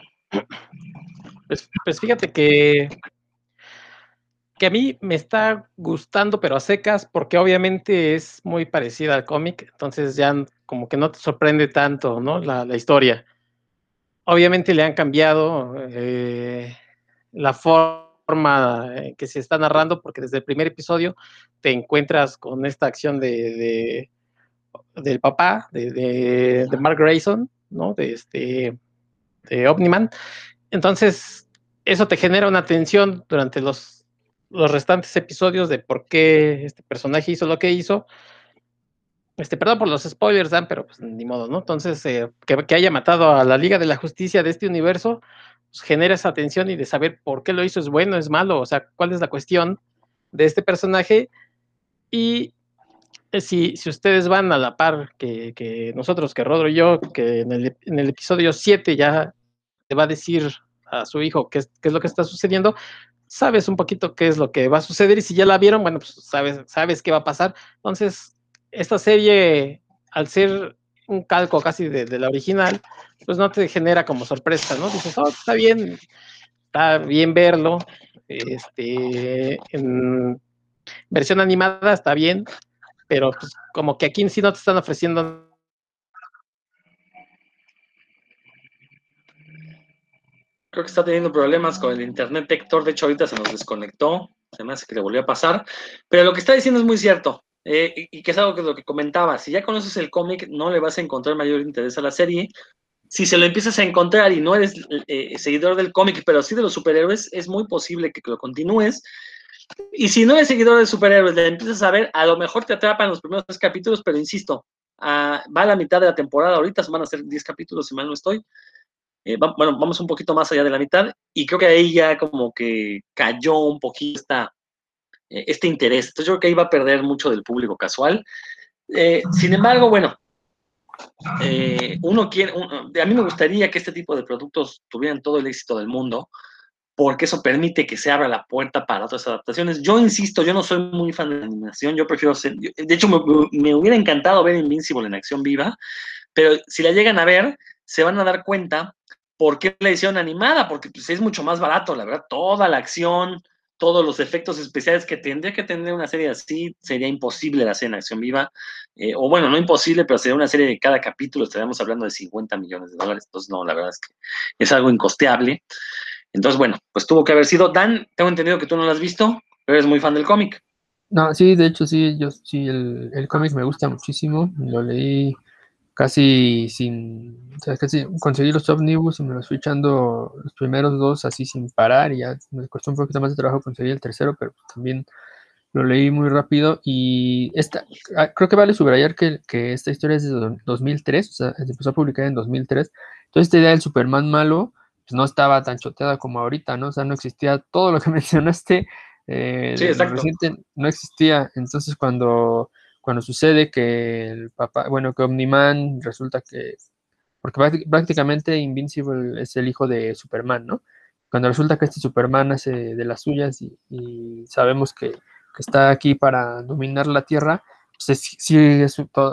Pues, pues fíjate que que a mí me está gustando, pero a secas, porque obviamente es muy parecida al cómic, entonces ya como que no te sorprende tanto, ¿no? La, la historia. Obviamente le han cambiado eh, la forma en que se está narrando, porque desde el primer episodio te encuentras con esta acción de, de del papá, de, de, de Mark Grayson, ¿no? De este de Omni-Man. Entonces, eso te genera una tensión durante los, los restantes episodios de por qué este personaje hizo lo que hizo. Este, perdón por los spoilers, Dan, pero pues ni modo, ¿no? Entonces, eh, que, que haya matado a la Liga de la Justicia de este universo, pues, genera esa tensión y de saber por qué lo hizo, es bueno, es malo, o sea, cuál es la cuestión de este personaje. Y eh, si, si ustedes van a la par que, que nosotros, que Rodro y yo, que en el, en el episodio siete ya te va a decir a su hijo qué es, qué es lo que está sucediendo, sabes un poquito qué es lo que va a suceder, y si ya la vieron, bueno, pues sabes, sabes qué va a pasar. Entonces, esta serie, al ser un calco casi de, de la original, pues no te genera como sorpresa, ¿no? Dices, oh, está bien, está bien verlo, este, en versión animada está bien, pero pues como que aquí sí no te están ofreciendo. creo que está teniendo problemas con el internet, Héctor. De hecho, ahorita se nos desconectó. Se me hace que le volvió a pasar. Pero lo que está diciendo es muy cierto. Eh, y, y que es algo que lo que comentaba. Si ya conoces el cómic, no le vas a encontrar mayor interés a la serie. Si se lo empiezas a encontrar y no eres eh, seguidor del cómic, pero sí de los superhéroes, es muy posible que lo continúes. Y si no eres seguidor de superhéroes, le empiezas a ver, a lo mejor te atrapan los primeros tres capítulos, pero insisto, uh, va a la mitad de la temporada, ahorita van a ser diez capítulos, si mal no estoy. Eh, va, bueno, vamos un poquito más allá de la mitad, y creo que ahí ya como que cayó un poquito esta, eh, este interés. Entonces yo creo que ahí va a perder mucho del público casual. Eh, sin embargo, bueno, eh, uno quiere, un, a mí me gustaría que este tipo de productos tuvieran todo el éxito del mundo, porque eso permite que se abra la puerta para otras adaptaciones. Yo insisto, yo no soy muy fan de la animación, yo prefiero ser, yo, de hecho me, me hubiera encantado ver Invincible en acción viva, pero si la llegan a ver, se van a dar cuenta por qué la hicieron animada, porque pues, es mucho más barato, la verdad, toda la acción, todos los efectos especiales que tendría que tener una serie así, sería imposible de hacer en acción viva, eh, o bueno, no imposible, pero sería una serie de cada capítulo, estaríamos hablando de cincuenta millones de dólares, entonces no, la verdad es que es algo incosteable. Entonces, bueno, pues tuvo que haber sido. Dan, tengo entendido que tú no lo has visto, pero eres muy fan del cómic. No, sí, de hecho sí, yo sí, el, el cómic me gusta muchísimo, lo leí casi sin, o sea, casi conseguí los ómnibus y me los fui echando los primeros dos así sin parar y ya me costó un poquito más de trabajo conseguir el tercero, pero también lo leí muy rápido y esta, creo que vale subrayar que, que esta historia es de dos mil tres, o sea, se empezó a publicar en dos mil tres, entonces esta idea del Superman malo pues no estaba tan choteada como ahorita, ¿no? O sea, no existía todo lo que mencionaste, eh, Sí, de lo exacto. reciente no existía, entonces cuando, cuando sucede que el papá, bueno, que Omni-Man resulta que, porque prácticamente Invincible es el hijo de Superman, ¿no? Cuando resulta que este Superman hace de las suyas y, y sabemos que, que está aquí para dominar la Tierra, pues es, sí es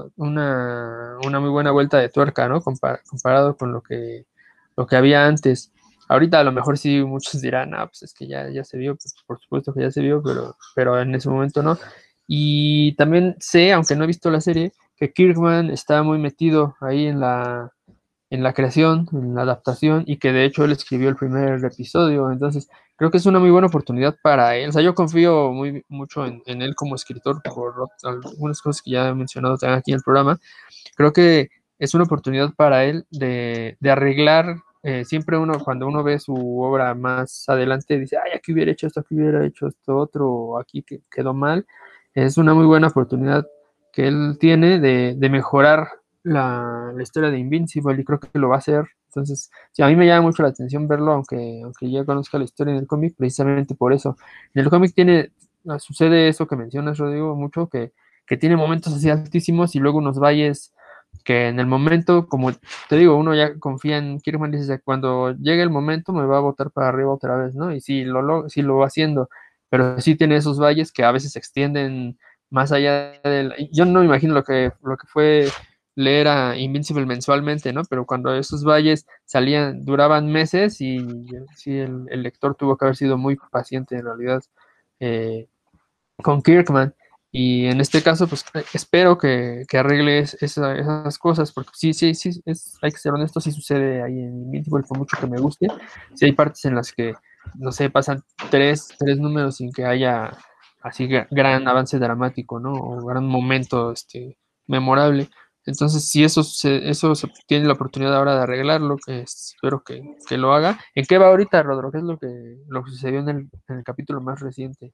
una, una muy buena vuelta de tuerca, ¿no? Compar, comparado con lo que, lo que había antes. Ahorita a lo mejor sí muchos dirán, ah, pues es que ya, ya se vio, pues por supuesto que ya se vio, pero, pero en ese momento no. Y también sé, aunque no he visto la serie, que Kirkman está muy metido ahí en la, en la creación, en la adaptación, y que de hecho él escribió el primer episodio, entonces creo que es una muy buena oportunidad para él. O sea, yo confío muy mucho en, en él como escritor por algunas cosas que ya he mencionado también aquí en el programa. Creo que es una oportunidad para él de, de arreglar. Eh, siempre uno, cuando uno ve su obra más adelante, dice, ay, aquí hubiera hecho esto, aquí hubiera hecho esto otro, o aquí que quedó mal. Es una muy buena oportunidad que él tiene de, de mejorar la, la, historia de Invincible y creo que lo va a hacer. Entonces, sí, a mí me llama mucho la atención verlo, aunque, aunque ya conozca la historia en el cómic, precisamente por eso. En el cómic tiene, sucede eso que mencionas, Rodrigo, mucho, que, que tiene momentos así altísimos y luego unos valles que en el momento, como te digo, uno ya confía en Kirkman y dice, cuando llegue el momento me va a botar para arriba otra vez, ¿no? Y sí lo, lo, sí lo va haciendo, pero sí tiene esos valles que a veces se extienden más allá del... Yo no me imagino lo que, lo que fue leer a Invincible mensualmente, ¿no? Pero cuando esos valles salían, duraban meses y sí, el, el lector tuvo que haber sido muy paciente en realidad eh, con Kirkman. Y en este caso, pues espero que, que arregle esa, esas cosas, porque sí, sí, sí, es, hay que ser honesto, sí sucede ahí en Invincible, por mucho que me guste. Sí hay partes en las que, no sé, pasan tres, tres números sin que haya así gran avance dramático, ¿no? O gran momento este, memorable. Entonces, si eso se, eso se tiene la oportunidad ahora de arreglarlo, que espero que, que lo haga. ¿En qué va ahorita, Rodro? ¿Qué es lo que, lo que sucedió en el, en el capítulo más reciente?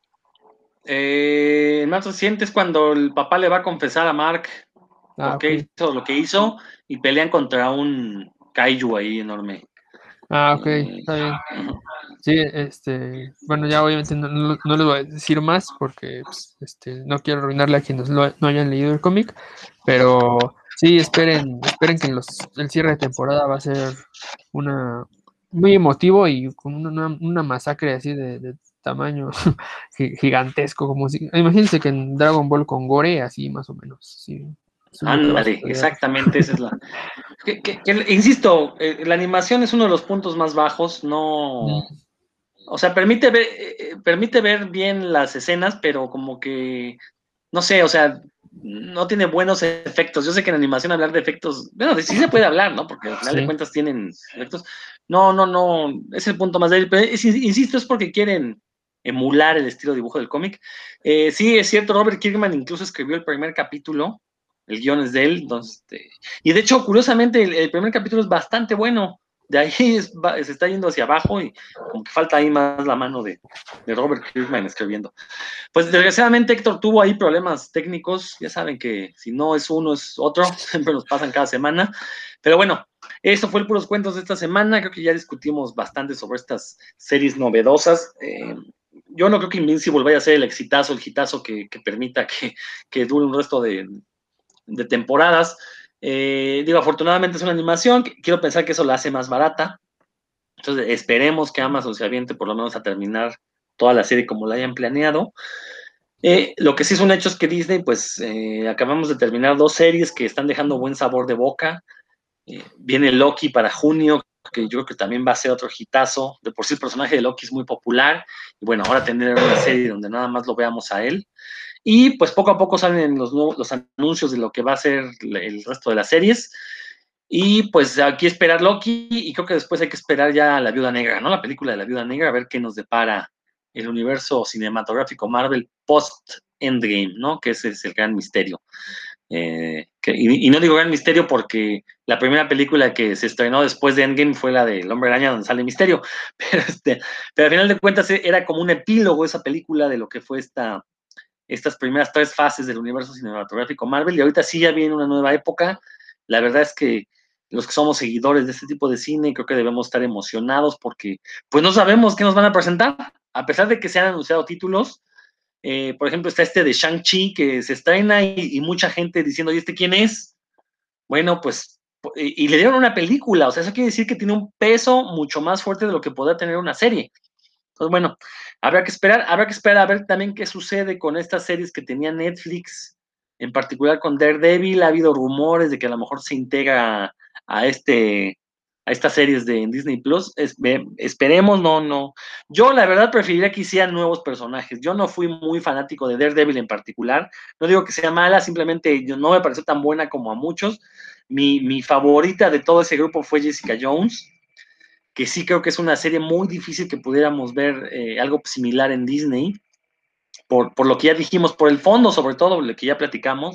Eh, más reciente es cuando el papá le va a confesar a Mark Ah, por ok. qué hizo lo que hizo y pelean contra un kaiju ahí enorme. Ah, ok, Eh, está bien. Sí, este, bueno, ya obviamente no, no, no les voy a decir más porque pues, este, no quiero arruinarle a quienes lo, no hayan leído el cómic, pero sí, esperen, esperen que los, el cierre de temporada va a ser una muy emotivo y con una, una masacre así de, de tamaño gigantesco, como si, imagínense que en Dragon Ball con Gore, así más o menos, sí, eso es lo que va a ándale, suceder. exactamente, esa es la... Que, que, que, insisto, eh, la animación es uno de los puntos más bajos, no... O sea, permite ver, eh, permite ver bien las escenas, pero como que, no sé, o sea, no tiene buenos efectos. Yo sé que en animación hablar de efectos, bueno, sí se puede hablar, ¿no? Porque al final Sí. de cuentas tienen efectos. No, no, no, es el punto más débil, pero es- insisto, es porque quieren emular el estilo de dibujo del cómic. Eh, sí, es cierto, Robert Kirkman incluso escribió el primer capítulo, el guion es de él, entonces, este, y de hecho, curiosamente, el, el primer capítulo es bastante bueno. De ahí es- va- se está yendo hacia abajo y como que falta ahí más la mano de, de Robert Kirkman escribiendo. Pues desgraciadamente Héctor tuvo ahí problemas técnicos, ya saben que si no es uno es otro, siempre nos pasan cada semana, pero bueno, eso fue el puros cuentos de esta semana, creo que ya discutimos bastante sobre estas series novedosas. Eh, yo no creo que Invincible vaya a ser el exitazo, el hitazo que, que permita que, que, dure un resto de, de temporadas. Eh, digo, afortunadamente es una animación, quiero pensar que eso la hace más barata, entonces esperemos que Amazon se aviente por lo menos a terminar toda la serie como la hayan planeado. Eh, lo que sí es un hecho es que Disney, pues eh, acabamos de terminar dos series que están dejando buen sabor de boca. Eh, viene Loki para junio, que yo creo que también va a ser otro hitazo. De por sí el personaje de Loki es muy popular. Y bueno, ahora tener una serie donde nada más lo veamos a él. Y pues poco a poco salen los, nuevos, los anuncios de lo que va a ser el resto de las series. Y pues aquí esperar Loki y creo que después hay que esperar ya la Viuda Negra, ¿no? La película de la Viuda Negra, a ver qué nos depara el universo cinematográfico Marvel post-Endgame, ¿no? Que ese es el gran misterio. Eh, que, y, y, no digo gran misterio porque la primera película que se estrenó después de Endgame fue la del Hombre Araña donde sale Misterio, pero, este, pero al final de cuentas era como un epílogo esa película de lo que fue esta, estas primeras tres fases del universo cinematográfico Marvel y ahorita sí ya viene una nueva época. La verdad es que los que somos seguidores de este tipo de cine creo que debemos estar emocionados porque pues no sabemos qué nos van a presentar, a pesar de que se han anunciado títulos. Eh, por ejemplo, está este de Shang-Chi que se estrena y, y mucha gente diciendo, ¿y este quién es? Bueno, pues, y, y le dieron una película, o sea, eso quiere decir que tiene un peso mucho más fuerte de lo que podrá tener una serie. Entonces, bueno, habrá que esperar, habrá que esperar a ver también qué sucede con estas series que tenía Netflix, en particular con Daredevil. Ha habido rumores de que a lo mejor se integra a este a estas series de Disney Plus. Es, esperemos, no, no. Yo la verdad preferiría que hicieran nuevos personajes. Yo no fui muy fanático de Daredevil en particular. No digo que sea mala, simplemente yo no me pareció tan buena como a muchos. Mi, mi favorita de todo ese grupo fue Jessica Jones, que sí creo que es una serie muy difícil que pudiéramos ver eh, algo similar en Disney, por, por, lo que ya dijimos, por el fondo sobre todo, lo que ya platicamos.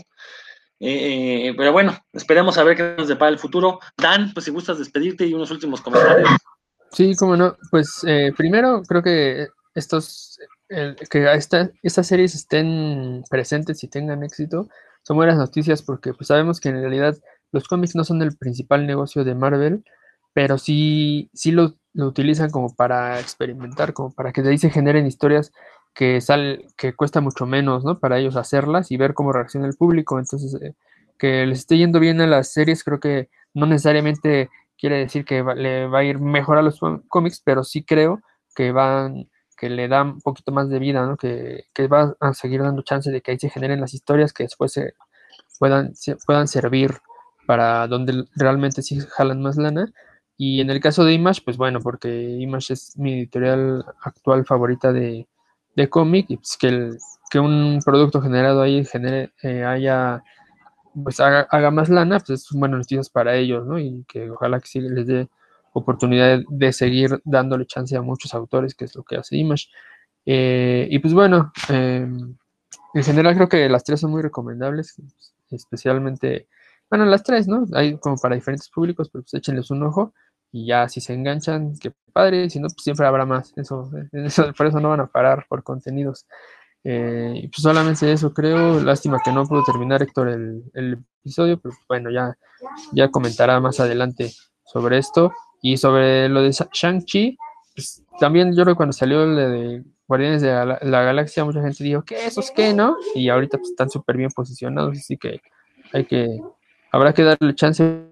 Eh, pero bueno, esperemos a ver qué nos depara el futuro. Dan, pues si gustas despedirte y unos últimos comentarios. Sí, cómo no. Pues eh, primero creo que estos, el, que esta, estas series estén presentes y tengan éxito son buenas noticias porque pues sabemos que en realidad los cómics no son el principal negocio de Marvel, pero sí, sí lo, lo utilizan como para experimentar, como para que de ahí se generen historias que sal, que cuesta mucho menos, ¿no? Para ellos hacerlas y ver cómo reacciona el público. Entonces, eh, que les esté yendo bien a las series, creo que no necesariamente quiere decir que va, le va a ir mejor a los cómics, pero sí creo que van, que le dan un poquito más de vida, ¿no? Que, que va a seguir dando chance de que ahí se generen las historias que después se puedan, se puedan servir para donde realmente sí jalan más lana. Y en el caso de Image, pues bueno, porque Image es mi editorial actual favorita de, de cómic, y pues que, el, que un producto generado ahí genere, eh, haya pues haga, haga, más lana, pues es buenas noticias para ellos, ¿no? Y que ojalá que sí les dé oportunidad de, de seguir dándole chance a muchos autores, que es lo que hace Image. Eh, y pues bueno, eh, en general creo que las tres son muy recomendables, especialmente, bueno, las tres, ¿no? Hay como para diferentes públicos, pero pues échenles un ojo y ya si se enganchan, qué padre, si no, pues siempre habrá más, eso, eso por eso no van a parar por contenidos. Eh, y pues solamente eso creo, lástima que no pudo terminar Héctor el, el episodio, pero bueno, ya, ya comentará más adelante sobre esto. Y sobre lo de Shang-Chi, pues también yo creo que cuando salió lo de Guardianes de la, la Galaxia, mucha gente dijo, ¿qué? ¿Esos qué? ¿No? Y ahorita pues están súper bien posicionados, así que hay que, habrá que darle chance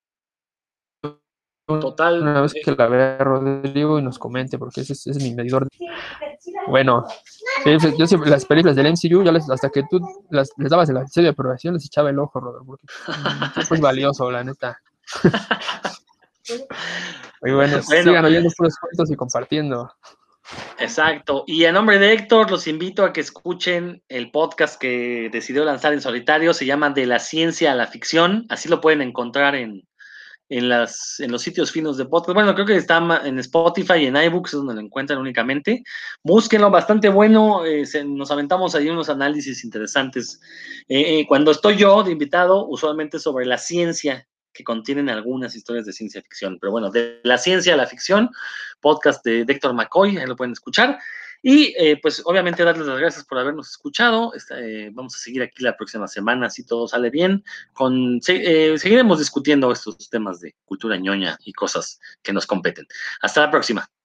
Total. una vez que la vea Rodrigo y nos comente, porque ese es, ese es mi medidor. Bueno, sí, yo siempre, las películas del M C U, yo les, hasta que tú las, les dabas el episodio de aprobación, les echaba el ojo, Rodrigo, porque el tiempo es valioso, la neta. Muy bueno, Bueno, sigan oyendo puros cuentos y compartiendo. Exacto. Y en nombre de Héctor, los invito a que escuchen el podcast que decidió lanzar en solitario. Se llama De la ciencia a la ficción. Así lo pueden encontrar en, en, las, en los sitios finos de podcast. Bueno, creo que está en Spotify y en iBooks, es donde lo encuentran únicamente. Búsquenlo, bastante bueno. Eh, se, nos aventamos ahí unos análisis interesantes. Eh, eh, cuando estoy yo de invitado, usualmente sobre la ciencia, que contienen algunas historias de ciencia ficción. Pero bueno, de la ciencia a la ficción, podcast de, de Héctor McCoy, ahí lo pueden escuchar. Y eh, pues obviamente darles las gracias por habernos escuchado. Eh, vamos a seguir aquí la próxima semana, si todo sale bien. Con, eh, seguiremos discutiendo estos temas de cultura ñoña y cosas que nos competen. Hasta la próxima.